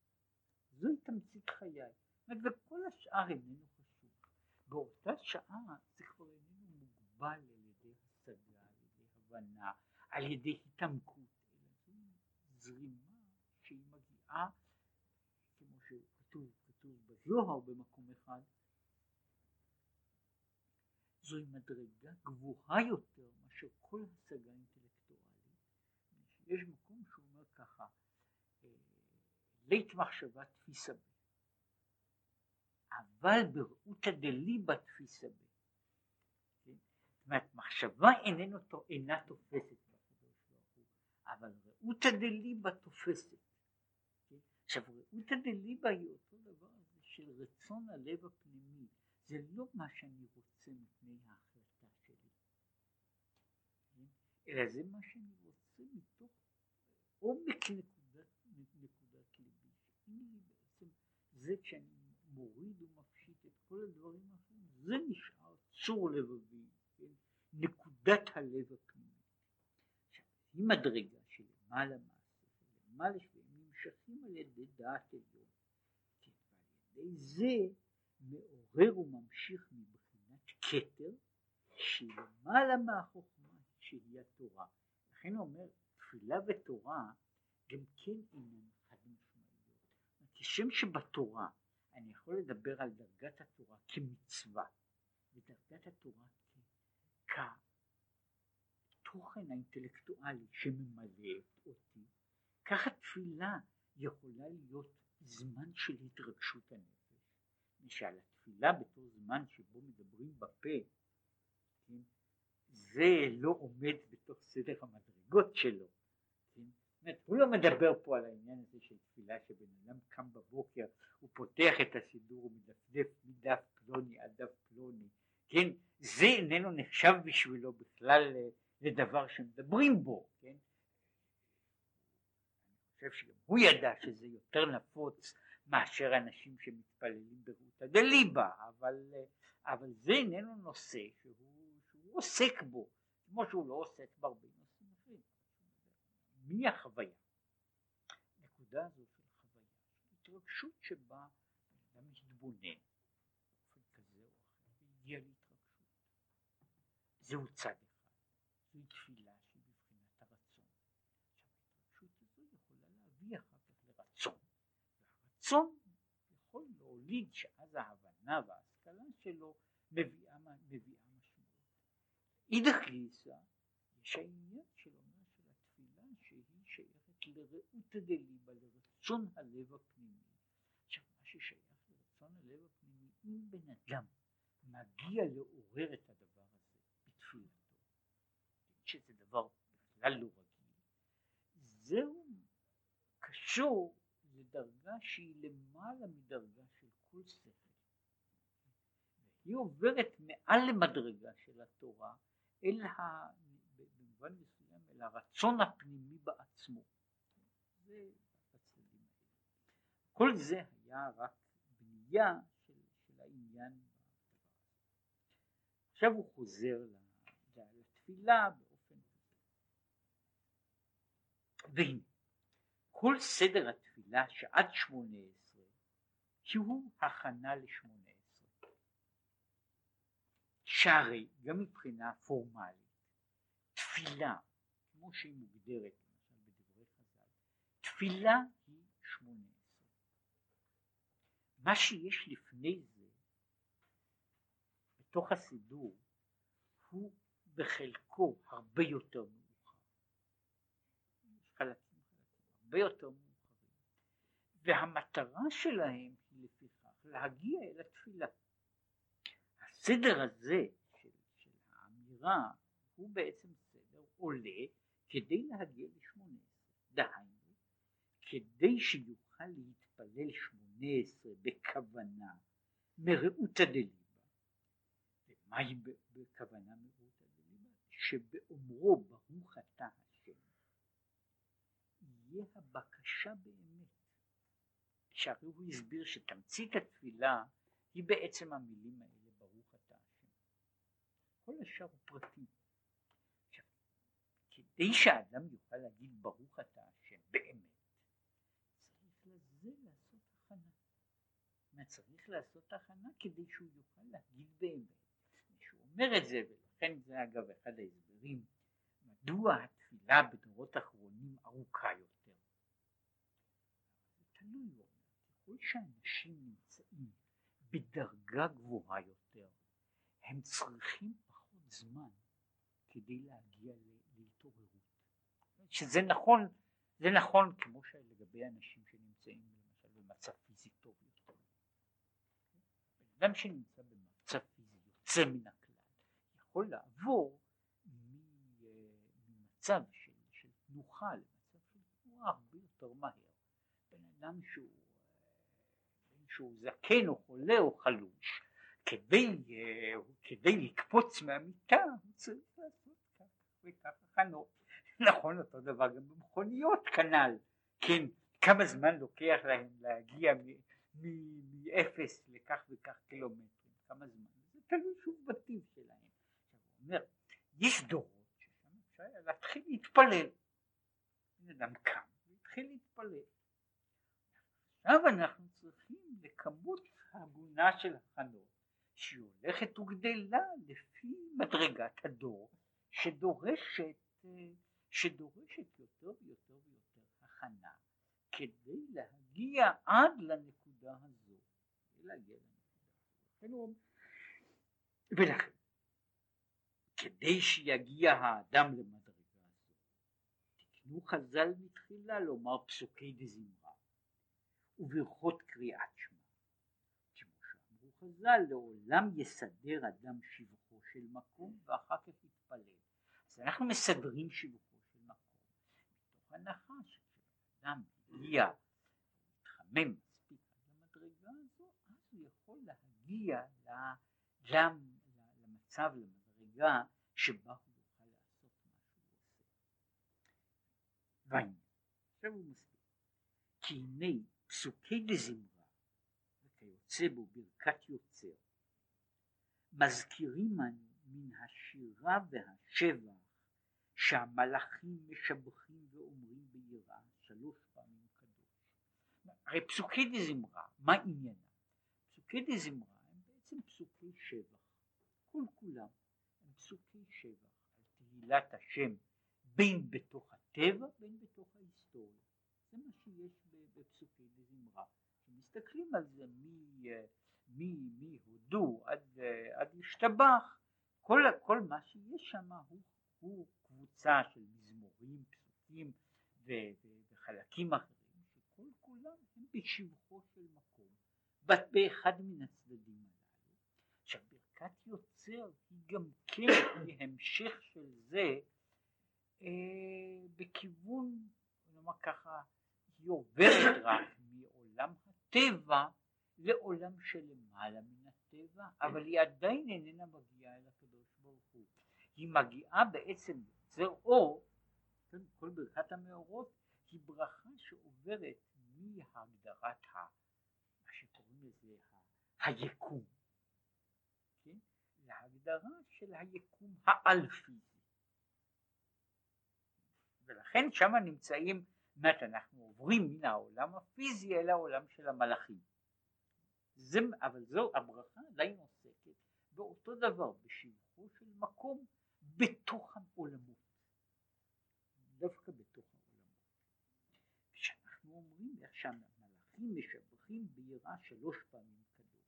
וכל השאר איננו חשוב, באותה שעה זה כבר איננו מוגבל על ידי השגה, על ידי הבנה, על ידי התעמקות, אלא זו זרימה שהיא מגיעה, כמו שכתוב בזוהר במקום אחד, זוהי מדרגה גבוהה יותר מאשר כל השגה אינטלקטואלית. יש מקום שאומר ככה, לית מחשבה תפיסה בי, אבל ברעותא דליבא תפיסה בי. זאת אומרת, מחשבה אינה תופסת בקדוש ברוך הוא, אבל רעותא דליבא תופסת. עכשיו, רעותא דליבא היא אותו דבר של רצון הלב הפנימי. זה לא מה שאני רוצה מפני ההחלטה שלי, אלא זה מה שאני רוצה מתוך עומק נקודת ליבי. בעצם זה כשאני מוריד ומפשיט את כל הדברים האחרים, זה נשאר צור לבבי, כן? נקודת הלב הפנימי. עכשיו, היא מדרגה שלמעלה מהשכל, למעלה שהם נמשכים על ידי דעת עליון, כן? ועל ידי זה מעורר וממשיך מבחינת כתר שהיא למעלה מהחוכמה שהיא התורה. לכן הוא אומר, תפילה ותורה גם כן אינן חד משמעיות. כשם שבתורה אני יכול לדבר על דרגת התורה כמצווה, ודרגת התורה כתוכן האינטלקטואלי שממלא אותי, ככה תפילה יכולה להיות זמן של התרגשות הנפש. שעל התפילה בתור זמן שבו מדברים בפה, כן? זה לא עומד בתוך סדר המדרגות שלו, כן? זאת אומרת, הוא לא מדבר פה על העניין הזה של תפילה שבן אדם קם בבוקר, הוא פותח את הסידור ומדפדף מדף פלוני עד דף פלוני, כן? זה איננו נחשב בשבילו בכלל לדבר שמדברים בו, כן? אני חושב שגם הוא ידע שזה יותר נפוץ מאשר אנשים שמתפללים ברעותא דליבא, אבל זה איננו נושא שהוא עוסק בו, כמו שהוא לא עוסק בהרבה נושאים אחרים. מהחוויה, נקודה הזו של חוויה, התרגשות שבה אדם מתבונן באופן כזה או אחר, והגיע להתרגשות. זהו צד אחד, זו תפילה שהיא בבחינת הרצון. עכשיו, ההתרגשות הזו יכולה להביא אחר כך לרצון. רצון יכול להוליד שאז ההבנה וההשכלה שלו מביאה משמעות. אידך גיסא, יש העניין של התפילה שהיא שייכת לרעותא דליבא, לרצון הלב הפנימי. עכשיו, מה ששייך לרצון הלב הפנימי, אם בן אדם מגיע לעורר את הדבר הזה בתפילתו, שזה דבר בכלל לא רגיל, זהו קשור לדרגה שהיא למעלה מדרגה של כל שכל. היא עוברת מעל למדרגה של התורה במובן מסוים אל הרצון הפנימי בעצמו. זה בצדדים האלה. כל זה היה רק בנייה של העניין. עכשיו הוא חוזר לתפילה באופן כזה. והנה כל סדר התפילה שעד 18 שהוא הכנה ל-18. שהרי גם מבחינה פורמלית תפילה כמו שהיא מוגדרת למשל בדברי חז"ל, תפילה היא 18. מה שיש לפני זה בתוך הסידור הוא בחלקו הרבה יותר מאוחר. יש חלקים הרבה יותר מאוחרים, והמטרה שלהם היא לפיכך להגיע אל התפילה. הסדר הזה של האמירה הוא בעצם סדר עולה כדי להגיע ל-18, דהיינו כדי שיוכל להתפלל 18 בכוונה מרעותא דליבא. ומהי בכוונה מרעותא דליבא? שבאומרו ברוך אתה השם יהיה הבקשה באמת. שהרי הוא הסביר שתמצית התפילה היא בעצם המילים האלה ברוך אתה השם. כל השאר הוא פרטים. עכשיו, כדי שהאדם יוכל להגיד ברוך אתה השם באמת, צריך לזה לעשות הכנה. צריך לעשות הכנה כדי שהוא יוכל להגיד באמת. שהוא אומר את זה, ולכן זה אגב אחד ההסברים מדוע התפילה בדורות אחרונים ארוכה יותר. תלוי, ככל שאנשים נמצאים בדרגה גבוהה יותר, הם צריכים פחות זמן כדי להגיע להתעוררות. שזה נכון, זה נכון כמו שלגבי אנשים שנמצאים למשל במצב פיזי טוב יותר. אדם שנמצא במצב פיזי יוצא מן הכלל יכול לעבור ממצב של תנוחה למצב של תנועה הרבה יותר מהר. בן אדם שהוא זקן או חולה או חלוש, כדי לקפוץ מהמיטה הוא צריך לעשות כך וכך הכנות. נכון, אותו דבר גם במכוניות כנ"ל, כן, כמה זמן לוקח להם להגיע מ-0 לכך וכך קילומטרים, כמה זמן, זה תלוי שוב בטיב שלהם. הוא אומר, יש דורות ששם אפשר להתחיל להתפלל, בן אדם קם והתחיל להתפלל. עכשיו אנחנו צריכים לכמות הגונה של הכנות שהיא הולכת וגדלה לפי מדרגת הדור שדורשת יותר ויותר ויותר הכנה כדי להגיע עד לנקודה הזו. ולכן כדי שיגיע האדם למדרגה הזו תקנו חז"ל מתחילה לומר פסוקי דזמרה וברכות קריאת שמע, כמו שאמרו חז"ל, לעולם יסדר אדם שבחו של מקום ואחר כך יתפלל. אז אנחנו מסדרים שבחו של מקום מתוך הנחה שכשאדם הגיע מתחמם מספיק למדרגה הזו, אז הוא יכול להגיע למצב, למדרגה שבה הוא יוכל לעשות מה שהוא עושה. והנה, עכשיו הוא מסביר, כי הנה פסוקי דזמרה וכיוצא בו ברכת יוצר מזכירים מן השירה והשבח שהמלאכים משבחים ואומרים ביראה 3 פעמים קדוש. הרי פסוקי דזמרה, מה עניינם? פסוקי דזמרה הם בעצם פסוקי שבח, כל כולם הם פסוקי שבח על תהילת השם בין בתוך הטבע בין בתוך ההיסטוריה. זה מה שיש בפסוקי דזמרה. כשמסתכלים על זה מהודו עד ישתבח, כל מה שיש שם הוא קבוצה של מזמורים, פסוקים וחלקים אחרים שכל כולם הם בשבחו של מקום באחד מן הצדדים הללו. עכשיו ברכת יוצר היא גם כן המשך של זה בכיוון, נאמר ככה, היא עוברת רק מעולם הטבע לעולם שלמעלה מן הטבע, אבל היא עדיין איננה מגיעה אל הקדוש ברוך הוא. היא מגיעה בעצם יוצר אור. כל ברכת המאורות היא ברכה שעוברת מהגדרת מה שקוראים לזה היקום, כן? להגדרה של היקום העל-פיזי. ולכן שם נמצאים, זאת אנחנו עוברים מן העולם הפיזי אל העולם של המלאכים. אבל זו הברכה עדיין עוסקת באותו דבר, בשבחו של מקום בתוך העולמות, דווקא בתוך העולמות. כשאנחנו אומרים איך שהמלאכים משבחים ביראה 3 פעמים קדוש,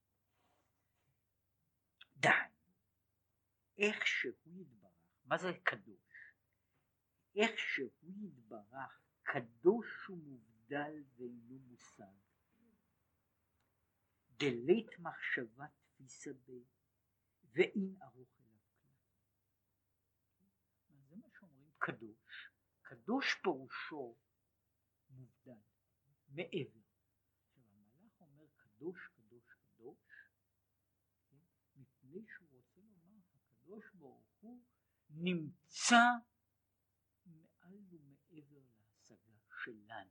דהיינו איך שהוא יתברך, מה זה קדוש? איך שהוא יתברך קדוש ומובדל ואינו מושג, דלית מחשבה תפיסה בי ואין ארוך אליו כלל. זה מה שאומרים קדוש. קדוש פירושו מובדל, מעבר. עכשיו המלאך אומר קדוש קדוש קדוש, מפני שהוא רוצה לומר הקדוש ברוך הוא נמצא מעל ומעבר להשגה שלנו.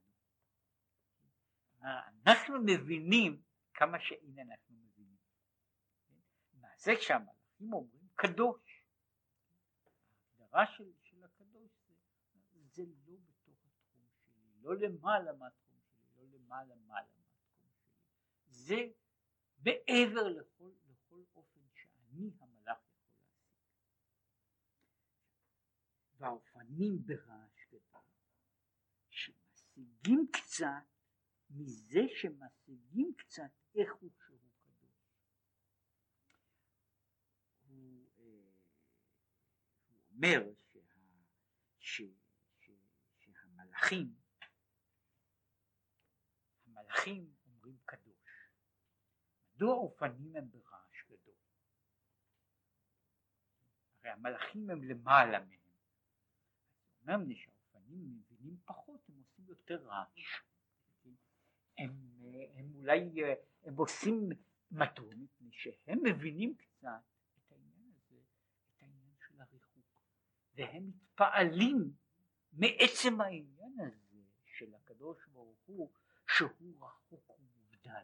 אנחנו מבינים כמה שאין אנחנו מבינים. מה זה שהמלאכים אומרים קדוש? ההגדרה של הקדוש זה לא בתוך התחום שלי, לא למעלה מהתחום שלי, לא למעלה מהתחום שלי. זה מעבר לכל אופן שאני המלאך יכול להשיג. והאופנים ברעש גדול שמשיגים קצת מזה שמשיגים קצת איך הוא שהוא קדוש. הוא אומר שהמלאכים אומרים קדוש. מדוע אופנים הם ברעש גדול? הרי המלאכים הם למעלה מהם. אומנם שהאופנים מבינים פחות, הם עושים יותר רעש. הם אולי, הם עושים מדוע? מפני שהם מבינים קצת את העניין הזה, את העניין של הריחוק. והם מתפעלים מעצם העניין הזה של הקדוש ברוך הוא, שהוא רחוק ומובדל.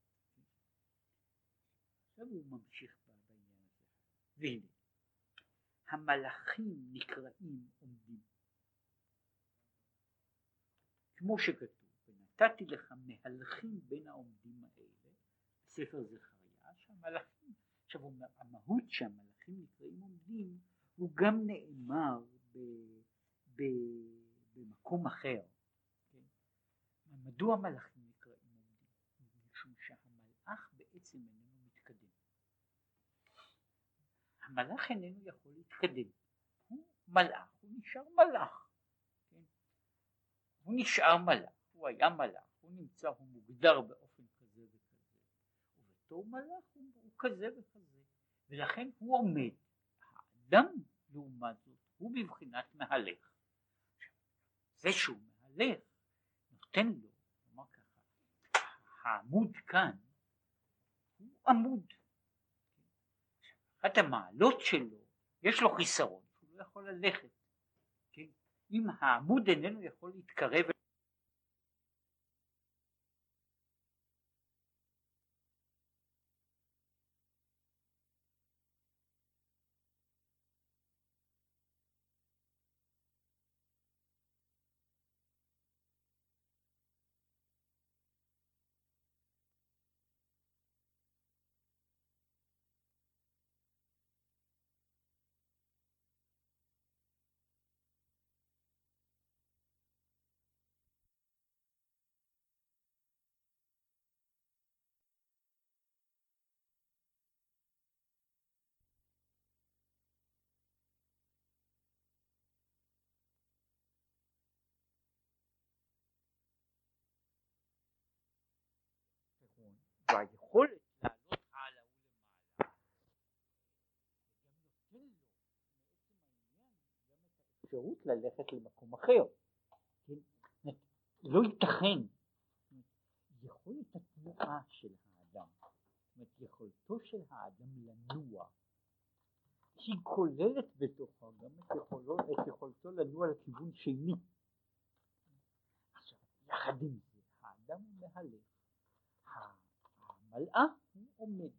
עכשיו הוא ממשיך בעניין הזה. והנה, המלאכים נקראים עומדים. כמו שכתוב, ונתתי לך מהלכים בין העומדים האלה, בספר זכריה, שהמלאכים, עכשיו הוא אומר, המהות שהמלאכים נקראים עומדים, הוא גם נאמר במקום אחר. כן? מדוע המלאכים נקראים עומדים? משום שהמלאך בעצם איננו מתקדם. המלאך איננו יכול להתקדם. הוא מלאך, הוא נשאר מלאך. כן? הוא נשאר מלאך, הוא היה מלאך, הוא נמצא, הוא מוגדר באופן כזה וכזה. ובתור מלאך הוא כזה וכזה. ולכן הוא עומד. האדם לעומת זאת הוא בבחינת מהלך. זה שהוא מהלך נותן לו, נאמר ככה, העמוד כאן הוא עמוד. אחת המעלות שלו, יש לו חיסרון, הוא לא יכול ללכת. כן? אם העמוד איננו יכול להתקרב, והיכולת לעלות הלאה ולמעלה, וגם נותן לו מעצם העניין גם את האפשרות ללכת למקום אחר. כן? לא ייתכן יכולת התנועה של האדם, זאת אומרת יכולתו של האדם לנוע, היא כוללת בתוכה גם את יכולתו לנוע לכיוון שני. עכשיו יחד עם זה האדם הוא מהלך, המלאך הוא עומד.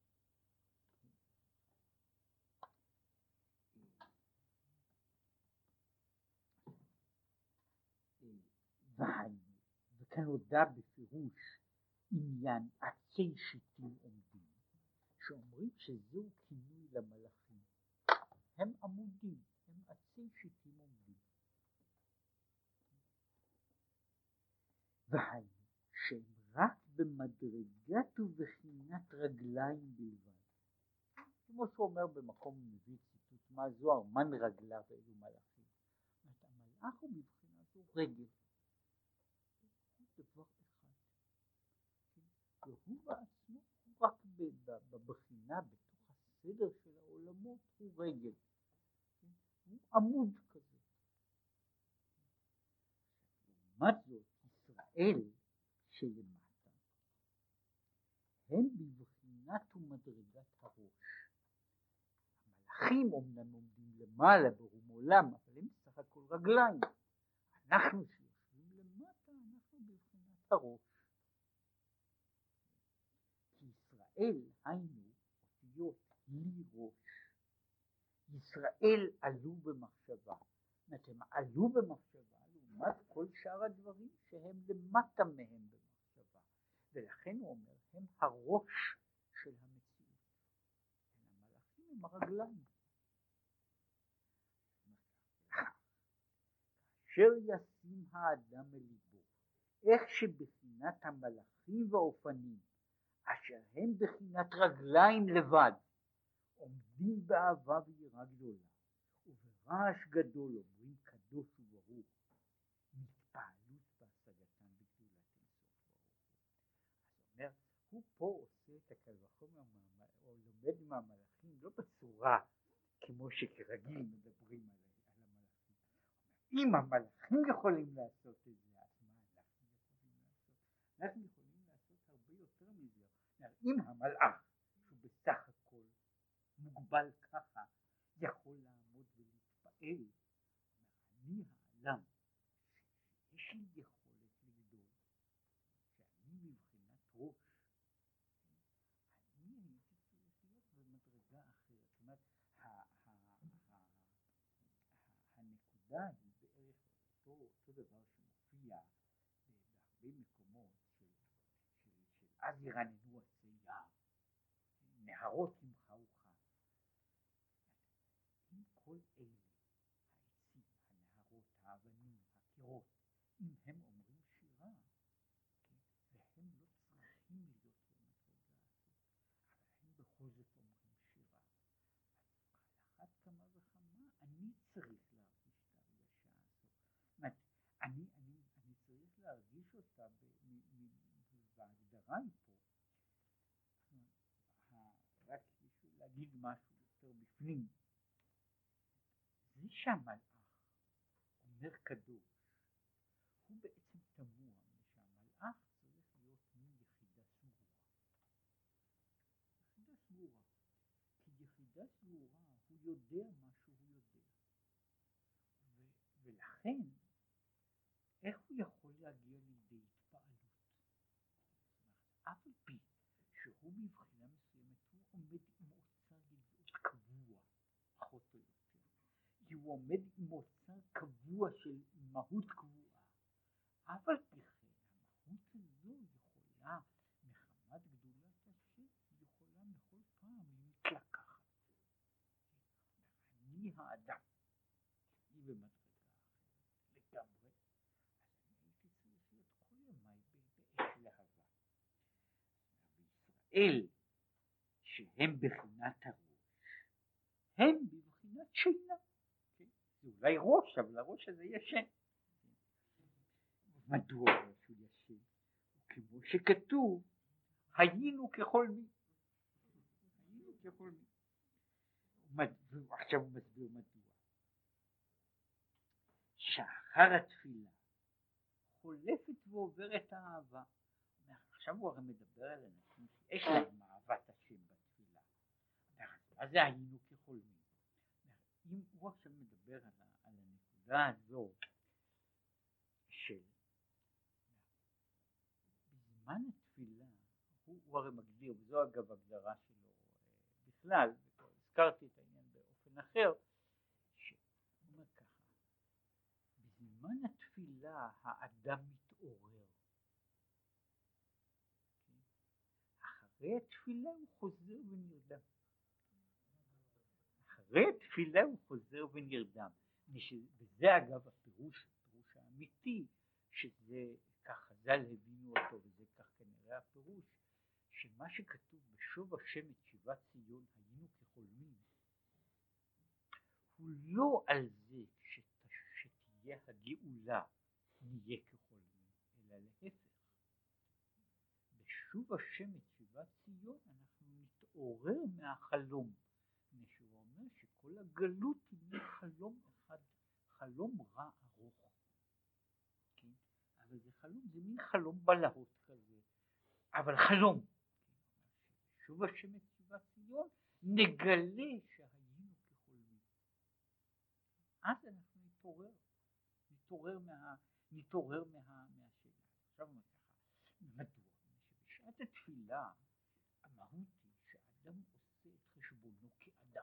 וכאן הודע בפירוש עניין עצי שיטים עומדים, שאומרים שזהו כינוי למלאכים. הם עמודים, הם עצי שיטים עומדים. והיינו שהם רק במדרגת ובחינת רגליים בלבד. כמו שאומר במקום מביא ציטוט מה זוהר, מן רגליו אלו מלאכים. המלאך הוא בבחינה זו רגל. דבר אחד. והוא בעצמו, הוא רק בבחינה, בתוך הסדר של העולמות, הוא רגל. הוא עמוד כזה. לעומת זאת, ישראל שלמטה, הם בבחינת ומדרגת הראש. המלאכים אומנם עומדים למעלה ברום עולם, אבל הם בסך הכל רגליים. אנחנו שיושבים למטה, אנחנו בבחינת הראש. כי ישראל היינו אותיות לי ראש. ישראל עלו במחשבה. הם עלו במחשבה לעומת כל שאר הדברים שהם למטה מהם במחשבה. ולכן הוא אומר, הם הראש של המציאות. המלאכים הם הרגליים. כאשר ישים האדם אל ליבו, איך שבחינת בחינת המלאכים והאופנים, אשר הם בחינת רגליים לבד, עומדים באהבה ויראה גדולה, וברעש גדול אומרים קדוש וברוך, מתפעלות בהשגתם בגדולת אינסוף ברוך הוא. אז אומר, הוא פה עושה את הקל וחומר, או לומד מהמלאכים, לא בצורה כמו שכרגיל מדברים על המלאכים. אם המלאכים יכולים לעשות את זה, אז מה אנחנו יכולים לעשות? אנחנו יכולים לעשות הרבה יותר מזה. אם המלאך, שהוא בסך הכל מוגבל ככה, יכול לעמוד ולהתפעל, אני האדם, יש לי יכולת לגדול, שאני מבחינת ראש, אני הייתי צריך להיות במדרגה אחרת. זאת אומרת, הנקודה היא בערך אותו דבר שמופיע בהרבה מקומות של אז ירננו עצי יער, נהרות ימחאו חם. אם כל אלה, העצים, הנהרות, האבנים, הקירות, אם הם אומרים שירה, והם לא צריכים להיות במדרגה הזאת, אבל הם בכל זאת אומרים שירה, על אחת כמה וכמה אני צריך להרגיש את ההרגשה הזאת. זאת אומרת, אני צריך להרגיש אותה בהגדרה היא פה. רק בשביל להגיד משהו יותר בפנים, זה שהמלאך אומר קדוש, הוא בעצם תמוה, שהמלאך צריך להיות מין יחידה סגורה. יחידה סגורה. כי יחידה סגורה הוא יודע מה שהוא יודע. ולכן, איך הוא יכול להגיע לידי התפעלות? אף על פי שהוא מבחינה מסוימת, הוא עומד עם אוצר ידיעות קבוע, פחות או יותר. הוא עומד עם אוצר קבוע של מהות קבועה. אף על פי כן, המהות הזו יכולה, מחמת גדולת השם, יכולה בכל פעם להתלקחת. אני האדם, אני במדרגה אחרת, לגמרי, אז אני הייתי צריך להיות כל ימי באש להבה. בישראל, שהם בחינת הראש, הם בבחינת שינה. זה אולי ראש, אבל הראש הזה ישן. מדוע הוא ישן? כמו שכתוב, היינו כחולמים. היינו כחולמים. עכשיו הוא מסביר מדוע. שאחר התפילה חולפת ועוברת האהבה. עכשיו הוא הרי מדבר על אנשים שיש להם אהבת השם בתפילה. אז זה היינו כחולמים. אם הוא עכשיו מדבר על הנקודה הזו של בזמן התפילה, הוא הרי מגדיר, וזו אגב הגדרה שלו בכלל, הזכרתי את העניין באופן אחר, שהוא אומר ככה, בזמן התפילה האדם מתעורר, אחרי התפילה הוא חוזר ונרדם. אחרי התפילה הוא חוזר ונרדם. וזה אגב הפירוש האמיתי, שזה כך חז"ל הבינו אותו, וזה כך כנראה הפירוש, שמה שכתוב בשוב השם את שיבת ציון היינו כחולמים, הוא לא על זה שתהיה הגאולה נהיה כחולמים, אלא להפך. בשוב השם את שיבת ציון אנחנו נתעורר מהחלום. שהוא אומר שכל הגלות היא חלום אחד, חלום רע ארוך. כן? אבל זה חלום, זה מין חלום בלהות כזה, אבל חלום. שוב השם את שיבת ציון, נגלה שהיינו כחולמים. אז אנחנו נתעורר מהשאלה. עכשיו אומר ככה, מדוע? שבשעת התפילה המהות היא שהאדם עושה את חשבונו כאדם,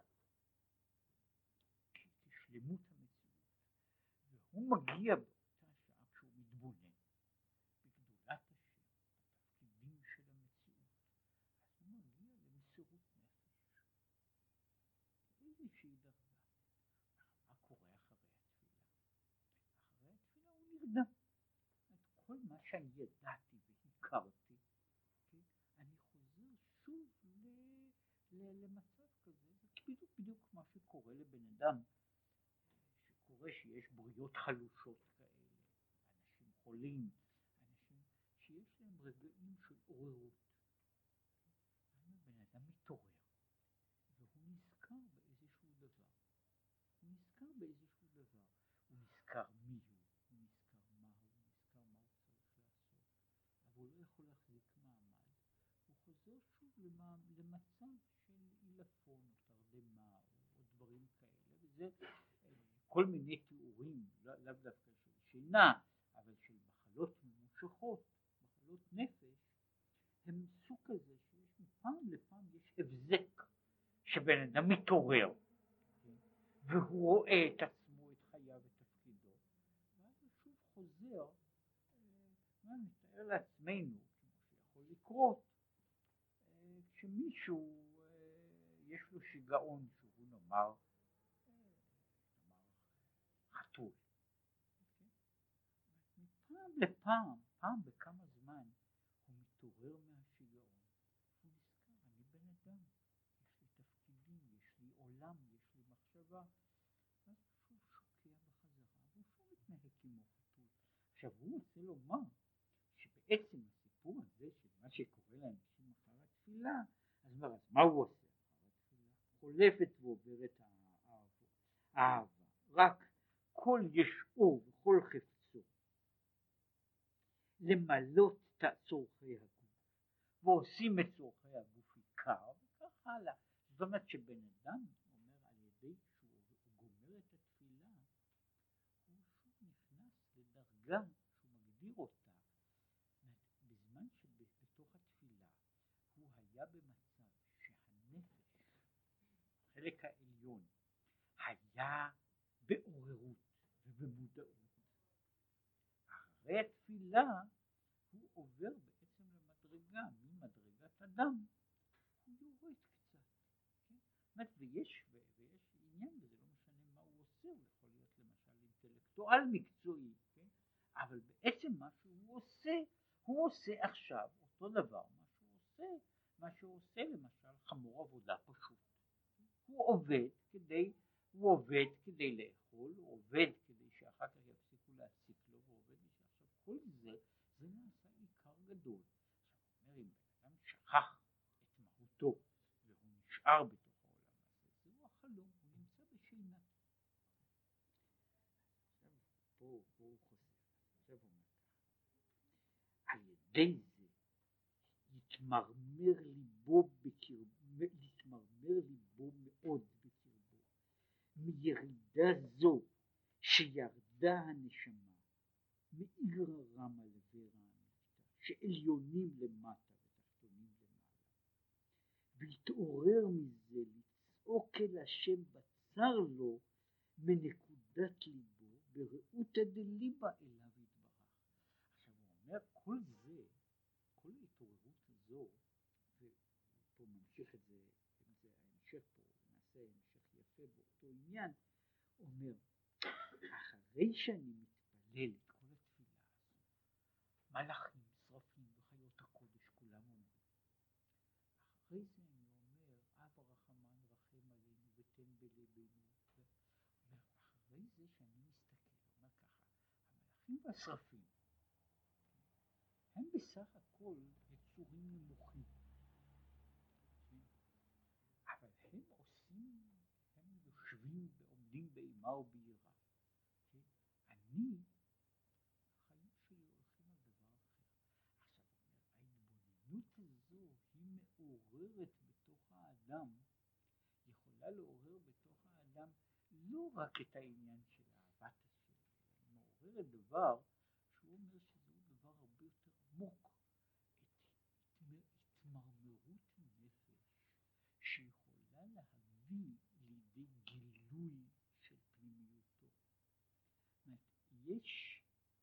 כשלמות המציאות, והוא מגיע באותה שעה כשהוא מתבונן בגדולת השם, בתפקידים של המציאות, אז הוא מגיע למסירות נפש, איזושהי דרגה. מה קורה אחרי התפילה? אחרי התפילה הוא נרדם. כל מה שאני ידעתי שהזכרתי, אני חוזר שוב למצב כזה. זה בדיוק מה שקורה לבן אדם, שקורה שיש בריות חלושות כאלה, אנשים חולים, אנשים שיש להם רגעים של עוררות. בן אדם מתעורר והוא נזכר באיזשהו דבר, הוא נזכר מי הוא נזכר מה הוא צריך לעשות, אבל הוא לא יכול להחזיק מעמד. הוא חוזר שוב למצב של עילפון או תרדמה או דברים כאלה, וזה כל מיני תיאורים, לאו דווקא של שינה, אבל של מחלות ממושכות, מחלות נפש. הם סוג כזה שיש מפעם לפעם יש הבזק שבן אדם מתעורר והוא רואה את עצמו, את חייו ותפקידו, ואז הוא שוב חוזר. נתאר לעצמנו כמו שיכול לקרות כשמישהו יש לו שיגעון שהוא נאמר חתול, מפעם לפעם, פעם בכמה זמן הוא מתעורר מהשיגעון, הוא נזכר, אני בן אדם, יש לי תפקידים, יש לי עולם, יש לי מחשבה, אז הוא שוב שוקע בחזרה, והוא שוב מתנהג כמו חתול. עכשיו הוא רוצה לומר שבעצם הסיפור הזה של מה שקורה לאנשים אחר התפילה, אז מה הוא עושה? אחר התפילה חולפת ועוברת האהבה, רק כל ישעו וכל חפצו למלות את צורכי הגוף, ועושים את צורכי הגוף עיקר, וכך הלאה. זאת אומרת שבן אדם אומר על ידי שהוא גומר את התפילה, הוא שוב נכנס לדרגה שהוא מגדיר אותה, בזמן שבתוך התפילה הוא היה במצב שהנפש, החלק העליון, היה בעוררות ובמודעות. אחרי התפילה הוא עובר בעצם למדרגה, ממדרגת אדם הוא יורד קצת, כן? ויש עניין, וזה לא משנה מה הוא עושה, הוא יכול להיות למשל אינטלקטואל מקצועי, כן? אבל בעצם מה שהוא עושה, הוא עושה עכשיו אותו דבר מה שהוא עושה למשל חמור עבודה פשוט. הוא עובד כדי לאכול, הוא עובד כדי שאחר כך יפסיקו להציק לו, הוא עובד עכשיו כל זה נעשה עיקר גדול. עכשיו אומר, אם בן אדם שכח את מהותו והוא נשאר בתוך העולם הזה, זהו החלום, הוא נמצא בשינה. עכשיו פה הוא חוזר, עכשיו הוא אומר על ידי זה יתמרמר ליבו מאוד בקרבו מירידה זו שירדה הנשמה מעיר הרמה לבאר האמיתה, שעליונים למטה ותחתונים למעלה, והתעורר מזה לצעוק אל השם בצר לו מנקודת ליבו ברעותא דליבה אליו יתברך. עכשיו הוא אומר כל זה, כל ההתעוררות הזו, ופה ממשיך את זה, ההמשך פה, נעשה המשך יפה באותו עניין, אומר, אחרי שאני מתפלל את כל התפילה הזו, מלאכים, שרפים וחיות הקודש כולם אומרים, אחרי זה אני אומר, אבא רחמן רחם עלינו ותן בלבנו, ואחרי זה שאני מסתכל, אומר ככה, המלאכים והשרפים, הם בסך הכל יצורים נמוכים, אבל הם יושבים ועומדים באימה וביראה. אני, החיים שלי הולכים על דבר אחר. עכשיו ההתבוננות הזו היא מעוררת בתוך האדם, יכולה לעורר בתוך האדם לא רק את העניין של אהבת השם, היא מעוררת דבר שהוא אומר שזהו דבר הרבה יותר עמוק, התמרמרות נפש שיכולה להביא לידי גילוי של פנימיותו. יש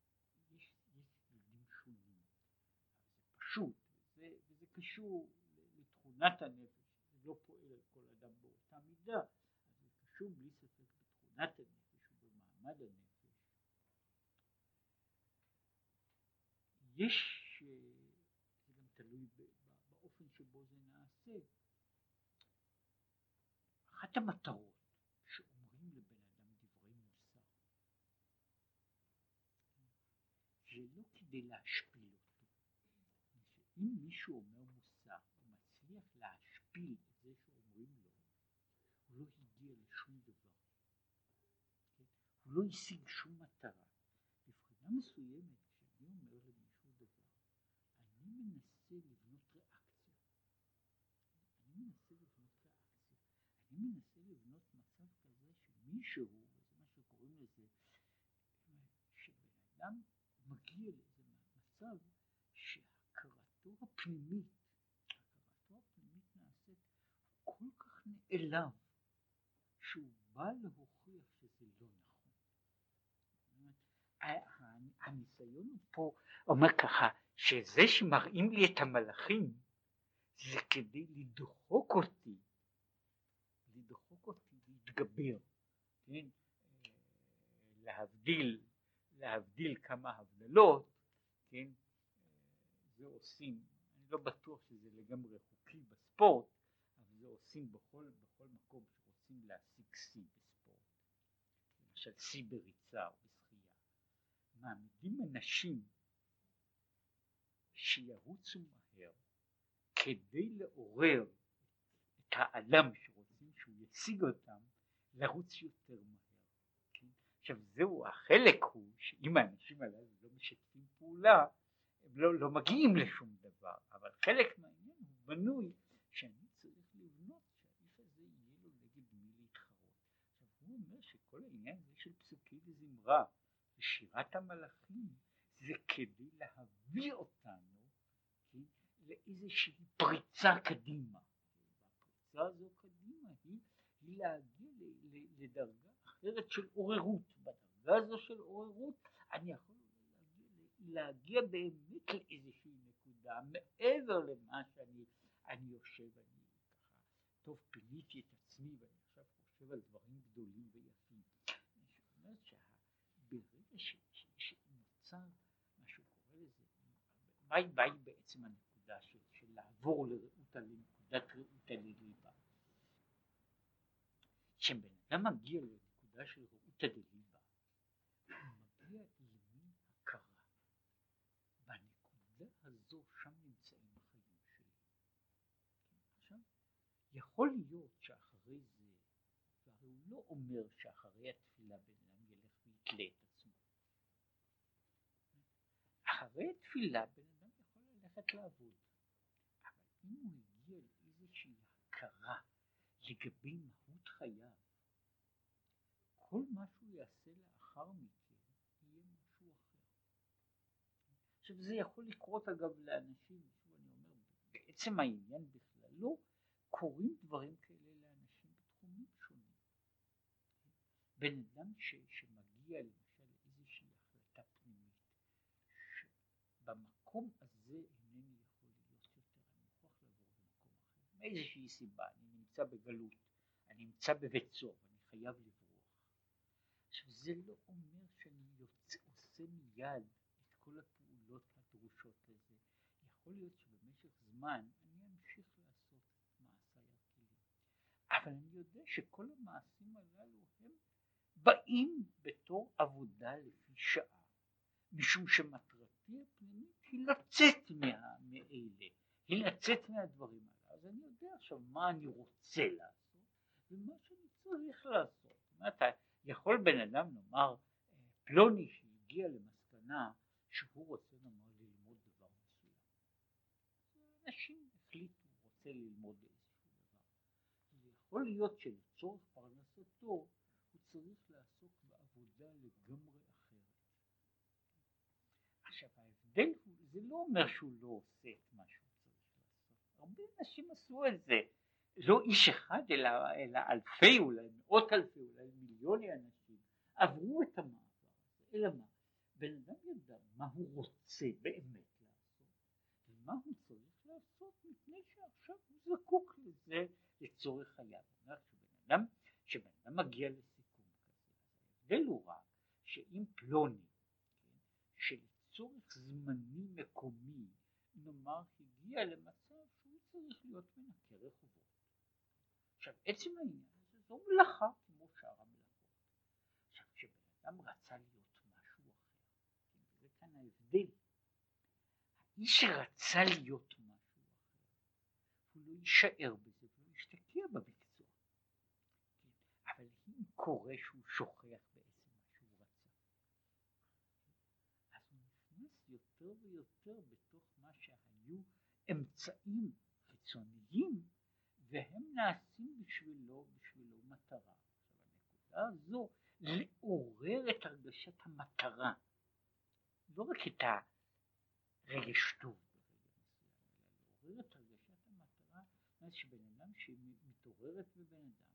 צדדים שונים, אבל זה פשוט, וזה קשור לתכונת הנפש, זה לא פועל על כל אדם באותה מידה, אז זה קשור בלי ספק בתכונת הנפש ובמעמד הנפש. יש אחת המטרות שאומרים לבן אדם דברי מוסר זה לא כדי להשפיל אותו. אם מישהו אומר מוסר הוא מצליח להשפיל את זה שאומרים לו, הוא לא הגיע לשום דבר, כן? הוא לא השיג שום מטרה. בבחינה מסוימת כשאני אומר למישהו דבר, אני מנסה לבנות ריאקציה, אני מנסה לבנות מצב כזה שמישהו, וזה מה שקוראים לזה, שבן אדם מגיע לאיזה מצב שהכרתו הפנימית נעשית כל כך נעלם שהוא בא להוכיח שזה לא נכון. הניסיון פה אומר ככה, שזה שמראים לי את המלאכים זה כדי לדחוק אותי להתגבר, כן? להבדיל כמה הבדלות, כן? זה עושים, אני לא בטוח שזה לגמרי חוקי בספורט, אבל זה עושים בכל מקום שרוצים להשיג שיא בספורט, למשל שיא בריצה או בשחייה, מעמידים אנשים שירוצו מהר כדי לעורר את האדם שרוצים שהוא ישיג אותם לרוץ יותר מהר, כן? עכשיו זהו, החלק הוא שאם האנשים הללו לא משתפים פעולה הם לא מגיעים לשום דבר, אבל חלק מהעניין הוא בנוי שאני צריך לבנות שהאיש הזה יהיה לו נגד מי להתחרות. עכשיו הוא אומר שכל העניין הזה של פסוקי וזמרה ושירת המלאכים זה כדי להביא אותנו, כן, לאיזושהי פריצה קדימה. והפריצה הזו קדימה היא להגיע לדרגה אחרת של עוררות. בדרגה הזו של עוררות אני יכול להגיע באמת לאיזושהי נקודה מעבר למה שאני יושב, אני ככה טוב פיניתי את עצמי ואני עכשיו חושב על דברים גדולים ויפים. אני אומר שברגע שנוצר מה שהוא קורא לזה, מהי בעצם הנקודה של לעבור לנקודת ראות הדליבה. כשבן אדם מגיע לנקודה של ראות הדליבה הוא מגיע למין הכרה. בנקודה הזו שם נמצאים החיים שלי. עכשיו, יכול להיות שאחרי זה, והרי הוא לא אומר שאחרי התפילה בן אדם ילך ויתלה את עצמו. אחרי התפילה בן אדם יכול ללכת לעבוד. אבל אם הוא הגיע לאיזושהי הכרה לגבי מהות חייו, כל מה שהוא יעשה לאחר מכן יהיה משהו אחר. עכשיו זה יכול לקרות אגב לאנשים, שוב אני אומר, בעצם העניין בכלל לא קורים דברים כאלה לאנשים בתחומים שונים. בן אדם שמגיע למשל לאיזושהי החלטה פנימית, שבמקום הזה אינני יכול להיות יותר, אני מוכרח לעבור במקום אחר. מאיזושהי סיבה, אני נמצא בגלות, אני נמצא בבית סוהר, אני חייב לברוח. עכשיו זה לא אומר שאני עושה מיד את כל הפעולות הדרושות לזה. יכול להיות שבמשך זמן אני אמשיך לעשות את מעשיי הרגילים, אבל אני יודע שכל המעשים הללו הם באים בתור עבודה לפי שעה, משום שמטרתי הפנימית היא לצאת מאלה, היא לצאת מהדברים האלה. אז אני יודע עכשיו מה אני רוצה לעשות ומה שאני צריך לעשות. זאת אומרת, יכול בן אדם לומר, פלוני שהגיע למסקנה שהוא רוצה לומר ללמוד דבר מסוים. אנשים החליטו הוא רוצה ללמוד איזשהו דבר. זה יכול להיות שלצורך פרנסתו הוא צריך לעסוק בעבודה לגמרי אחרת. עכשיו ההבדל הוא, זה לא אומר שהוא לא עושה את מה שהוא צריך לעשות. הרבה אנשים עשו את זה. לא איש אחד אלא אלפי, אולי מאות אלפי, אולי מיליוני אנשים עברו את המעבר הזה. אלא מה? בן אדם ידע מה הוא רוצה באמת לעשות ומה הוא צריך לעשות מפני שעכשיו הוא זקוק לזה לצורך חייו. שבן אדם מגיע לסיכום כזה, ההבדל הוא רק שאם פלוני, כן, שלצורך זמני מקומי נאמר הגיע למצב שהוא צריך להיות מנקה רחובות. עכשיו עצם העניין הזה זו מלאכה כמו שאר המלאכות. עכשיו כשבן אדם רצה להיות משהו אחר, זה כאן ההבדל. האיש שרצה להיות משהו אחר, הוא לא יישאר בזה ולא ישתקע במקצוע. אבל אם קורה שהוא שוכח בעצם מה שהוא רצה, אז הוא נכנס יותר ויותר בתוך מה שהיו אמצעים חיצוניים, והם נעשים בשבילו מטרה. הנקודה הזו לעורר את הרגשת המטרה, לא רק את הרגש טוב, לעורר את הרגשת המטרה, אז שבן אדם שמתעוררת בבן אדם,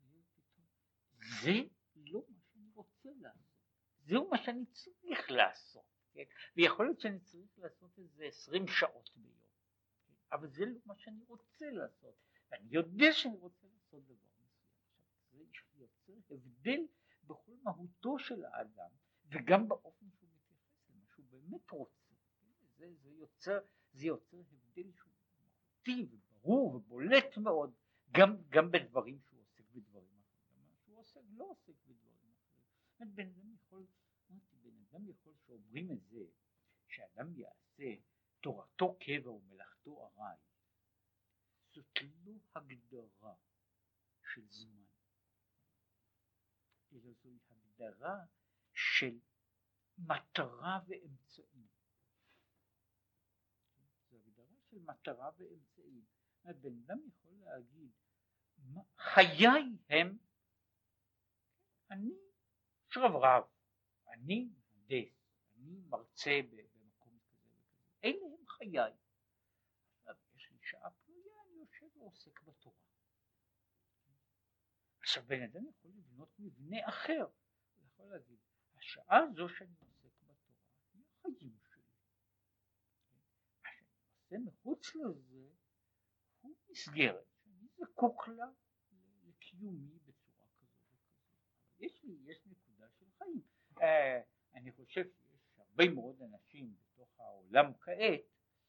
זה לא מה שאני רוצה לעשות, זהו מה שאני צריך לעשות, כן? ויכול להיות שאני צריך לעשות איזה 20 שעות ביום, כן? אבל זה לא מה שאני רוצה לעשות, ואני יודע שאני רוצה לעשות דבר מסוים. עכשיו זה יוצר הבדל בכל מהותו של האדם, וגם באופן שהוא מתייחס למה שהוא באמת רוצה, כן? זה יוצר הבדל שהוא מהותי וברור ובולט מאוד, גם בדברים שהוא עוסק בדברים אחרים, גם שהוא לא עוסק בדברים אחרים. בן אדם יכול שאומרים את זה, שאדם יעשה תורתו קבע ומלאכתו ארעי, זאת לא הגדרה של זמן, אלא זוהי הגדרה של מטרה ואמצעים. זו הגדרה של מטרה ואמצעים. בן אדם יכול להגיד, חיי הם, אני שרברב, אני מהנדס, אני מרצה במקום כזה וכזה, אלה הם חיי. עכשיו יש לי שעה פנויה, אני יושב ועוסק בתורה. עכשיו בן אדם יכול לבנות מבנה אחר, הוא יכול להגיד, השעה הזו שאני עוסק בתורה היא החיים שלי. מה שאני עושה מחוץ לזה הוא מסגרת שאני זקוק לה לקיומי בצורה כזו וכזו. יש נקודה של חיים. אני חושב שיש הרבה מאוד אנשים בתוך העולם כעת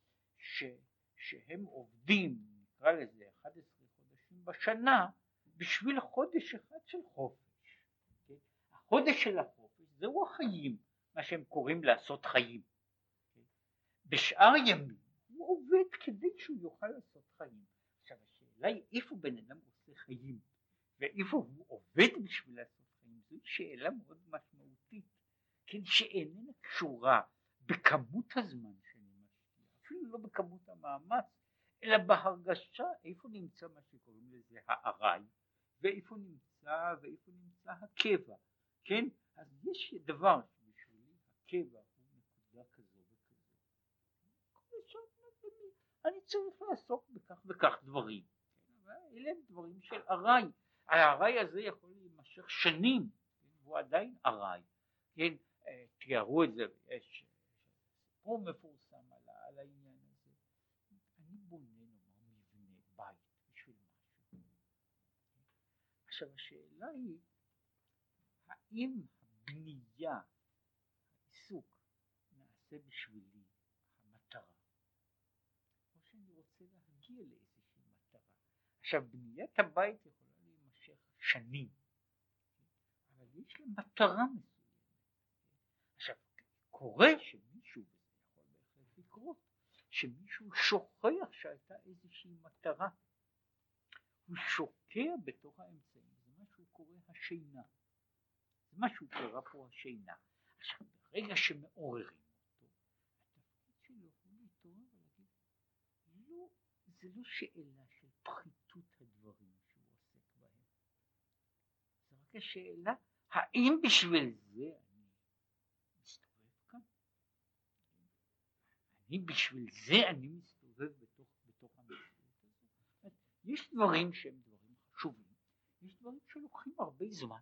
שהם עובדים, נקרא לזה 11 חודשים בשנה, בשביל חודש אחד של חופש. כן? החודש של החופש זהו החיים, מה שהם קוראים לעשות חיים. כן? בשאר ימים הוא עובד כדי שהוא יוכל לעשות חיים. עכשיו השאלה היא איפה בן אדם עושה חיים ואיפה הוא עובד בשביל לעשות חיים, זו שאלה מאוד משמעותית, כן, שאיננה קשורה בכמות הזמן שאני משקיע, אפילו לא בכמות המאמץ, אלא בהרגשה איפה נמצא מה שקוראים לזה הארעי, ואיפה נמצא הקבע, כן? אז יש דבר שבשבילי הקבע הוא נקודה כזו וכזו, אני צריך לעסוק בכך וכך דברים, אלה הם דברים של ארעי. הארעי הזה יכול להימשך שנים, הוא עדיין ארעי, כן? תיארו את זה, יש סיפור מפורסם על העניין הזה. אני בונה מבנה בית בשביל משהו. עכשיו השאלה היא, האם הבנייה, העיסוק, נעשה בשבילי המטרה, או שאני רוצה להגיע לאיזושהי מטרה. עכשיו בניית הבית יכולה להימשך שנים, אבל יש לה מטרה מסוימת. עכשיו קורה שמישהו, יכול בהחלט לקרות, שמישהו שוכח שהייתה איזושהי מטרה, הוא שוקע בתוך האמצעים, זה מה שהוא קורא השינה, זה מה שהוא קורא פה השינה. עכשיו ברגע שמעוררים אותו, התפקיד שלו הוא להתעורר ולהגיד, לא, זה לא שאלה של פחיתות הדברים שהוא עוסק בהם, זה רק השאלה האם בשביל זה אני מסתובב כאן, האם בשביל זה אני מסתובב בתוך המציאות הזאת. יש דברים שהם דברים חשובים, יש דברים שלוקחים הרבה זמן,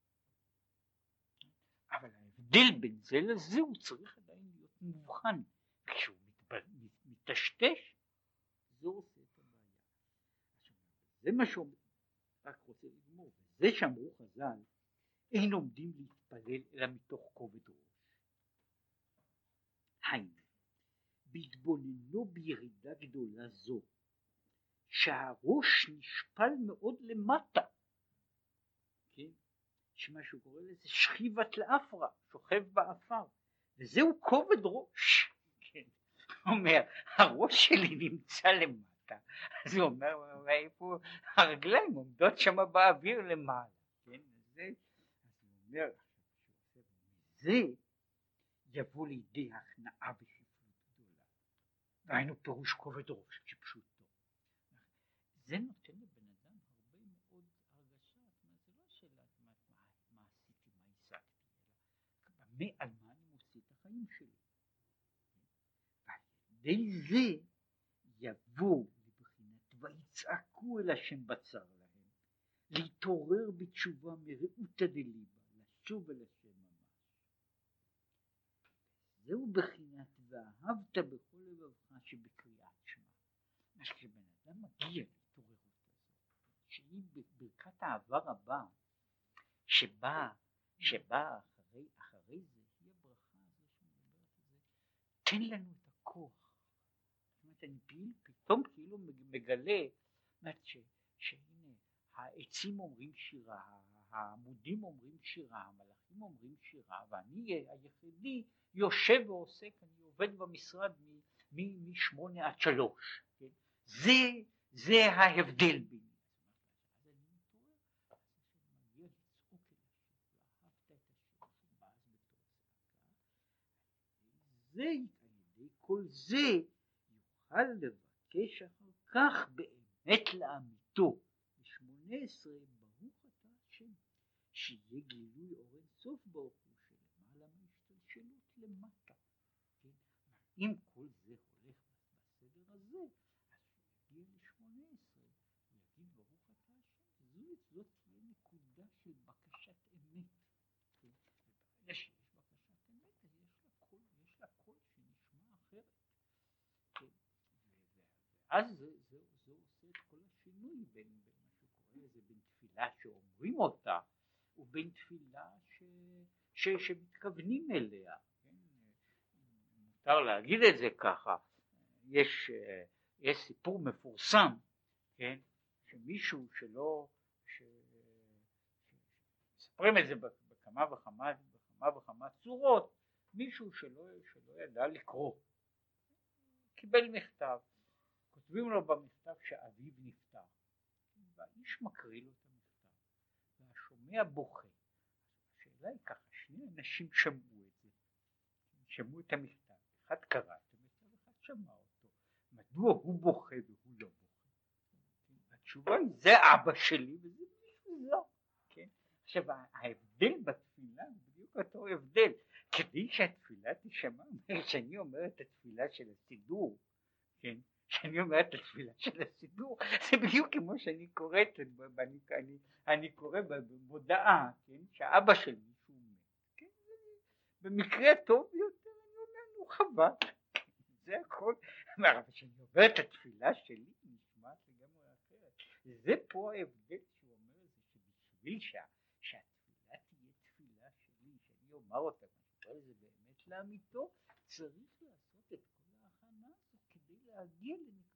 אבל ההבדל בין זה לזה הוא צריך עדיין להיות מובחן. כשהוא מתשתש, זה עושה את הבעיה. זה מה שהוא רק רוצה לגמור, זה שאמרו חז"ל, אין עומדים להתפלל אלא מתוך כובד ראש. היינו, בהתבוננו בירידה גדולה זו, שהראש נשפל מאוד למטה, כן? שמה שהוא קורא לזה שכיבת לאפרה, שוכב באפר, וזהו כובד ראש, כן? הוא אומר, הראש שלי נמצא למטה, אז הוא אומר, איפה הרגליים עומדות שם באוויר למעלה, כן? אז הוא אומר, זה יבוא לידי הכנעה ושפלות גדולה, והיינו פירוש כובד ראש כפשוטו. זה נותן לבן אדם הרבה מאוד הרגשה, זה לא שאלה מה עשיתי, מה השגתי, על מה אני מוציא את החיים שלי. ועל ידי זה יבוא לבחינת ויצעקו אל השם בצר להם, להתעורר בתשובה מרעותא דליבה, לשוב אל השם ממש. זהו בחינת ואהבת בכל לבבך שבקריאת שמע. כשבן אדם מגיע להתעוררות הזאת, שהיא בברכת אהבה רבה, שבאה אחרי זה, היא הברכה הזו שמדברת על זה, תן לנו את הכוח. זאת אומרת, אני פתאום כאילו מגלה, שהנה, העצים אומרים שירה, העמודים אומרים שירה, המלאכים אומרים שירה, ואני היחידי יושב ועוסק, אני עובד במשרד מ-8 עד 3. כן? זה ההבדל ביני. אז אני מתעורר, מגיע לצעוק אל השם, ואהבת את השם, שבאז בתור צעקה, זה על ידי כל זה יוכל לבקש אחר כך באמת לאמיתו. 18 ברוך אתה השם, שיהיה גילוי אור אין סוף ברוך הוא, שלמעלה מהשתלשלות למטה. כן? אם כל זה הולך בסדר הזה, אז שיגיע ל18 ויגיד ברוך אתה השם, זאת תהיה נקודה של בקשת אמת. כן? וברגע שיש בקשת אמת, אז יש לה קול שנשמע אחרת. כן? ואז זה עושה את כל השינוי בין מה שקורא לזה, בין תפילה שאומרים אותה ובין תפילה שמתכוונים אליה. כן? מותר להגיד את זה ככה. יש סיפור מפורסם, כן? שמישהו מספרים את זה בכמה וכמה צורות, מישהו שלא ידע לקרוא, קיבל מכתב, כותבים לו במכתב שאביו נפטר, והאיש מקריא לו את המכתב, והשומע בוכה. השאלה היא ככה, שני אנשים שמעו את המכתב, אחד קרא את המכתב, אחד שמע אותו, מדוע הוא בוכה והוא לא בוכה? התשובה היא, זה אבא שלי וזה מישהו לא. כן? עכשיו ההבדל בתפילה הוא בדיוק אותו הבדל, כדי שהתפילה תשמע, שאני אומר את התפילה של הסידור, כן? שאני אומר את התפילה של הסידור, זה בדיוק כמו שאני קוראת, אני קורא במודעה, כן? שאבא של מישהו מת, כן? במקרה טוב יותר אני אומר, הוא חבל, זה הכל. אבל כשאני אומר את התפילה שלי, נשמעת לגמרי אחרת. זה פה ההבדל שהוא אומר, זה שבשביל שהתפילה תהיה תפילה שלי, שאני אומר אותה, זה באמת לאמיתו, צריך לעשות את כל ההכנה הזאת כדי להגיע לנקודה